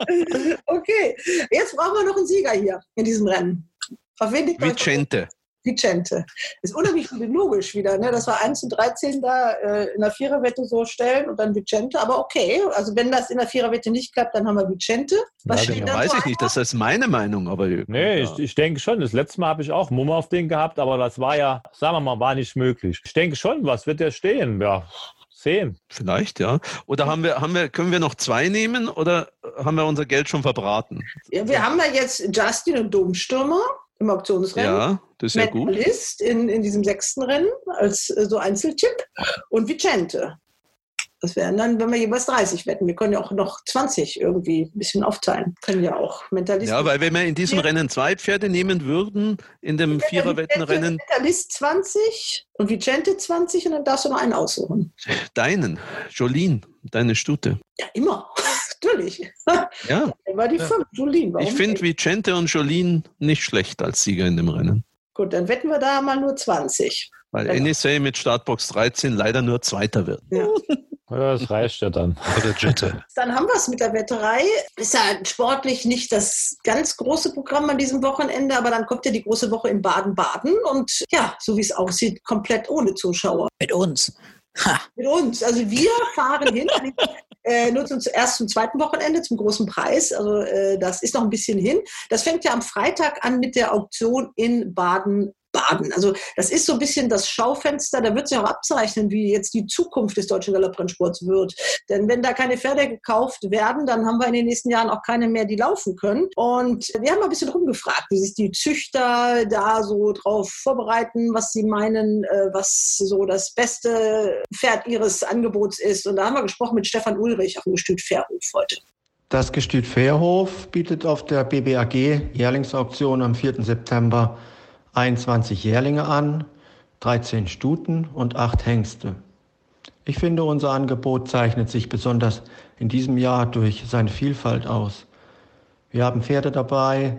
Okay, jetzt brauchen wir noch einen Sieger hier in diesem Rennen. Auf wen liegt Vicente. Vicente. Ist unheimlich logisch wieder, ne? Das war eins zu dreizehn da äh, in der Viererwette so stellen und dann Vicente. Aber okay, also wenn das in der Viererwette nicht klappt, dann haben wir Vicente. Was ja, steht genau. da Weiß so ich nicht, das ist meine Meinung. Aber nee, ich, ich denke schon. Das letzte Mal habe ich auch Mumm auf den gehabt, aber das war ja, sagen wir mal, war nicht möglich. Ich denke schon, was wird der stehen? Ja, zehn. Vielleicht, ja. Oder haben wir, haben wir, können wir noch zwei nehmen oder haben wir unser Geld schon verbraten? Ja, wir haben ja jetzt Justin und Domstürmer im Auktionsrennen. Ja, das ist ja gut. List in, in diesem sechsten Rennen als äh, so Einzeltipp und Vicente. Das wären dann, wenn wir jeweils dreißig wetten. Wir können ja auch noch zwanzig irgendwie ein bisschen aufteilen. Können ja auch Mentalist. Ja, weil wenn wir in diesem ja. Rennen zwei Pferde nehmen würden, in dem Viererwettenrennen. Mentalist zwanzig und Vicente zwanzig und dann darfst du noch einen aussuchen. Deinen, Jolene, deine Stute. Ja, immer. Natürlich. Ja. War die fünf, Jolene. Ich finde Vicente und Jolene nicht schlecht als Sieger in dem Rennen. Gut, dann wetten wir da mal nur zwanzig. Weil Anissei mit Startbox dreizehn leider nur Zweiter wird. Ja. Ja, das reicht ja dann. Dann haben wir es mit der Wetterei. Ist ja sportlich nicht das ganz große Programm an diesem Wochenende, aber dann kommt ja die große Woche in Baden-Baden und ja, so wie es aussieht, komplett ohne Zuschauer. Mit uns. Ha. Mit uns. Also wir fahren hin, äh, nur zum ersten und zweiten Wochenende zum großen Preis. Also äh, das ist noch ein bisschen hin. Das fängt ja am Freitag an mit der Auktion in Baden-Baden. Baden. Also das ist so ein bisschen das Schaufenster, da wird sich auch abzeichnen, wie jetzt die Zukunft des deutschen Galopprennsports wird. Denn wenn da keine Pferde gekauft werden, dann haben wir in den nächsten Jahren auch keine mehr, die laufen können. Und wir haben mal ein bisschen rumgefragt, wie sich die Züchter da so drauf vorbereiten, was sie meinen, was so das beste Pferd ihres Angebots ist. Und da haben wir gesprochen mit Stefan Ulrich auf dem Gestüt Fairhof heute. Das Gestüt Fairhof bietet auf der B B A G-Jährlingsauktion am vierten September einundzwanzig Jährlinge an, dreizehn Stuten und acht Hengste. Ich finde, unser Angebot zeichnet sich besonders in diesem Jahr durch seine Vielfalt aus. Wir haben Pferde dabei,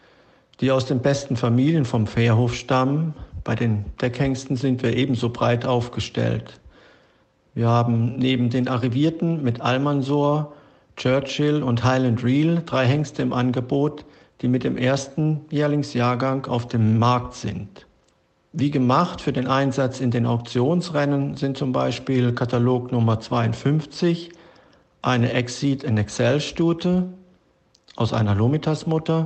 die aus den besten Familien vom Fairhof stammen. Bei den Deckhengsten sind wir ebenso breit aufgestellt. Wir haben neben den Arrivierten mit Almansor, Churchill und Highland Reel drei Hengste im Angebot, die mit dem ersten Jährlingsjahrgang auf dem Markt sind. Wie gemacht für den Einsatz in den Auktionsrennen sind zum Beispiel Katalog Nummer zweiundfünfzig, eine Exceed in Excel-Stute aus einer Lomitas-Mutter,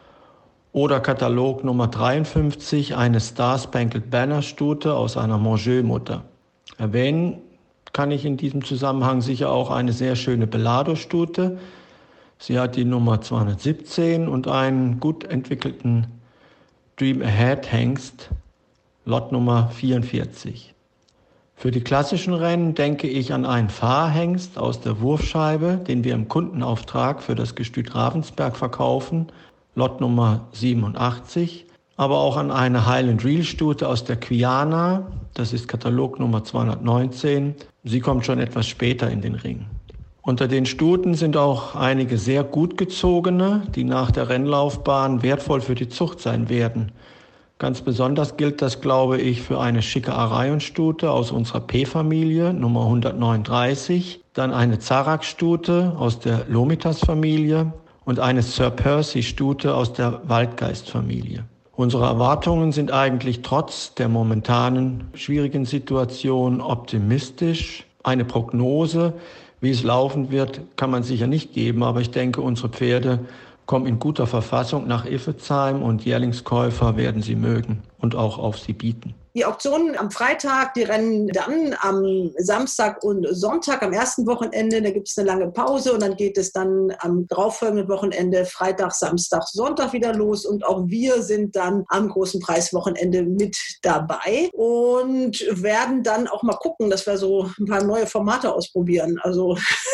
oder Katalog Nummer dreiundfünfzig, eine Star Spangled Banner-Stute aus einer Monjeu-Mutter. Erwähnen kann ich in diesem Zusammenhang sicher auch eine sehr schöne Belado-Stute. Sie hat die Nummer zweihundertsiebzehn und einen gut entwickelten Dream Ahead Hengst, Lot Nummer vierundvierzig. Für die klassischen Rennen denke ich an einen Fahrhengst aus der Wurfscheibe, den wir im Kundenauftrag für das Gestüt Ravensberg verkaufen, Lot Nummer siebenundachtzig, aber auch an eine Highland Reel Stute aus der Quiana, das ist Katalog Nummer zweihundertneunzehn. Sie kommt schon etwas später in den Ring. Unter den Stuten sind auch einige sehr gut gezogene, die nach der Rennlaufbahn wertvoll für die Zucht sein werden. Ganz besonders gilt das, glaube ich, für eine schicke Arion-Stute aus unserer P-Familie, Nummer hundertneununddreißig, dann eine Zarak-Stute aus der Lomitas-Familie und eine Sir Percy-Stute aus der Waldgeist-Familie. Unsere Erwartungen sind eigentlich trotz der momentanen schwierigen Situation optimistisch. Eine Prognose, wie es laufen wird, kann man sicher nicht geben, aber ich denke, unsere Pferde kommen in guter Verfassung nach Iffezheim und Jährlingskäufer werden sie mögen und auch auf sie bieten. Die Auktionen am Freitag, die rennen dann am Samstag und Sonntag, am ersten Wochenende, da gibt es eine lange Pause und dann geht es dann am darauffolgenden Wochenende, Freitag, Samstag, Sonntag wieder los und auch wir sind dann am großen Preiswochenende mit dabei und werden dann auch mal gucken, dass wir so ein paar neue Formate ausprobieren. Also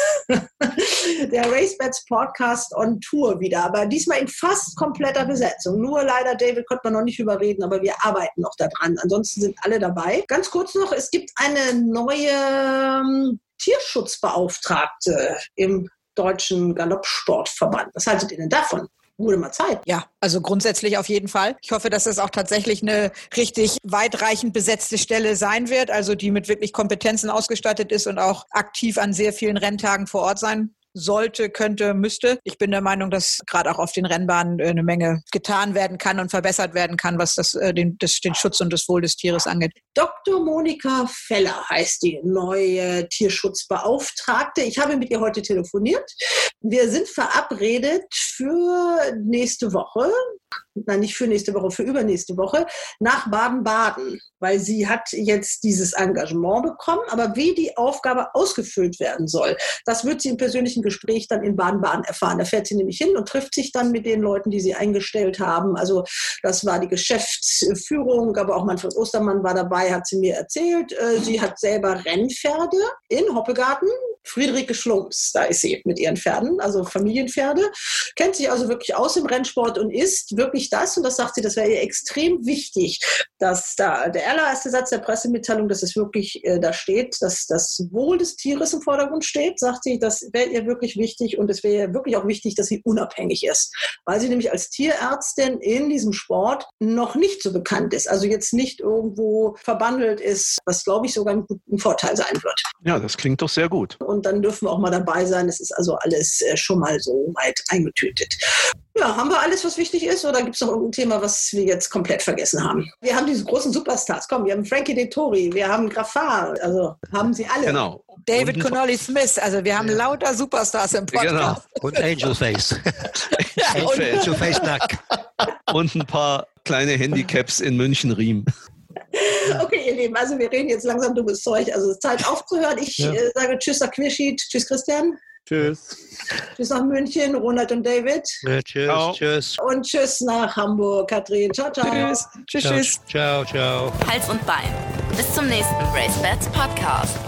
der RaceBets Podcast on Tour wieder, aber diesmal in fast kompletter Besetzung. Nur leider, David konnte man noch nicht überreden, aber wir arbeiten noch daran. Ansonsten sind alle dabei. Ganz kurz noch, es gibt eine neue ähm, Tierschutzbeauftragte im Deutschen Galoppsportverband. Was haltet ihr denn davon? Wurde mal Zeit. Ja, also grundsätzlich auf jeden Fall. Ich hoffe, dass es auch tatsächlich eine richtig weitreichend besetzte Stelle sein wird, also die mit wirklich Kompetenzen ausgestattet ist und auch aktiv an sehr vielen Renntagen vor Ort sein sollte, könnte, müsste. Ich bin der Meinung, dass gerade auch auf den Rennbahnen eine Menge getan werden kann und verbessert werden kann, was das, den, das, den Schutz und das Wohl des Tieres angeht. Doktor Monika Feller heißt die neue Tierschutzbeauftragte. Ich habe mit ihr heute telefoniert. Wir sind verabredet für nächste Woche. Nein, nicht für nächste Woche, für übernächste Woche, nach Baden-Baden, weil sie hat jetzt dieses Engagement bekommen, aber wie die Aufgabe ausgefüllt werden soll, das wird sie im persönlichen Gespräch dann in Baden-Baden erfahren. Da fährt sie nämlich hin und trifft sich dann mit den Leuten, die sie eingestellt haben. Also das war die Geschäftsführung, aber auch Manfred Ostermann war dabei, hat sie mir erzählt. Sie hat selber Rennpferde in Hoppegarten. Friederike Schlumps, da ist sie mit ihren Pferden, also Familienpferde, kennt sich also wirklich aus im Rennsport und ist wirklich das, und das sagt sie, das wäre ihr extrem wichtig, dass da der allererste Satz der Pressemitteilung, dass es wirklich äh, da steht, dass das Wohl des Tieres im Vordergrund steht, sagt sie, das wäre ihr wirklich wichtig und es wäre ihr wirklich auch wichtig, dass sie unabhängig ist, weil sie nämlich als Tierärztin in diesem Sport noch nicht so bekannt ist, also jetzt nicht irgendwo verbandelt ist, was glaube ich sogar ein, ein Vorteil sein wird. Ja, das klingt doch sehr gut. Und dann dürfen wir auch mal dabei sein. Es ist also alles äh, schon mal so weit eingetütet. Ja, haben wir alles, was wichtig ist? Oder gibt es noch irgendein Thema, was wir jetzt komplett vergessen haben? Wir haben diese großen Superstars. Komm, wir haben Frankie Dettori, wir haben Graffard, also haben sie alle. Genau. David Connolly Smith, also wir haben ja. lauter Superstars im Podcast. Genau. Und Angelface. ja, und Angelface Nack. Und ein paar kleine Handicaps in München-Riem. Okay, ihr Lieben, also wir reden jetzt langsam dummes Zeug. Also es ist Zeit aufzuhören. Ich ja. äh, sage Tschüss nach Querschied. Tschüss Christian. Tschüss. Tschüss nach München, Ronald und David. Ja, tschüss, ciao. Tschüss. Und tschüss nach Hamburg, Katrin. Ciao, ciao. Tschüss. Tschüss, ciao, tschüss. Ciao, ciao. Hals und Bein. Bis zum nächsten RaceBets Podcast.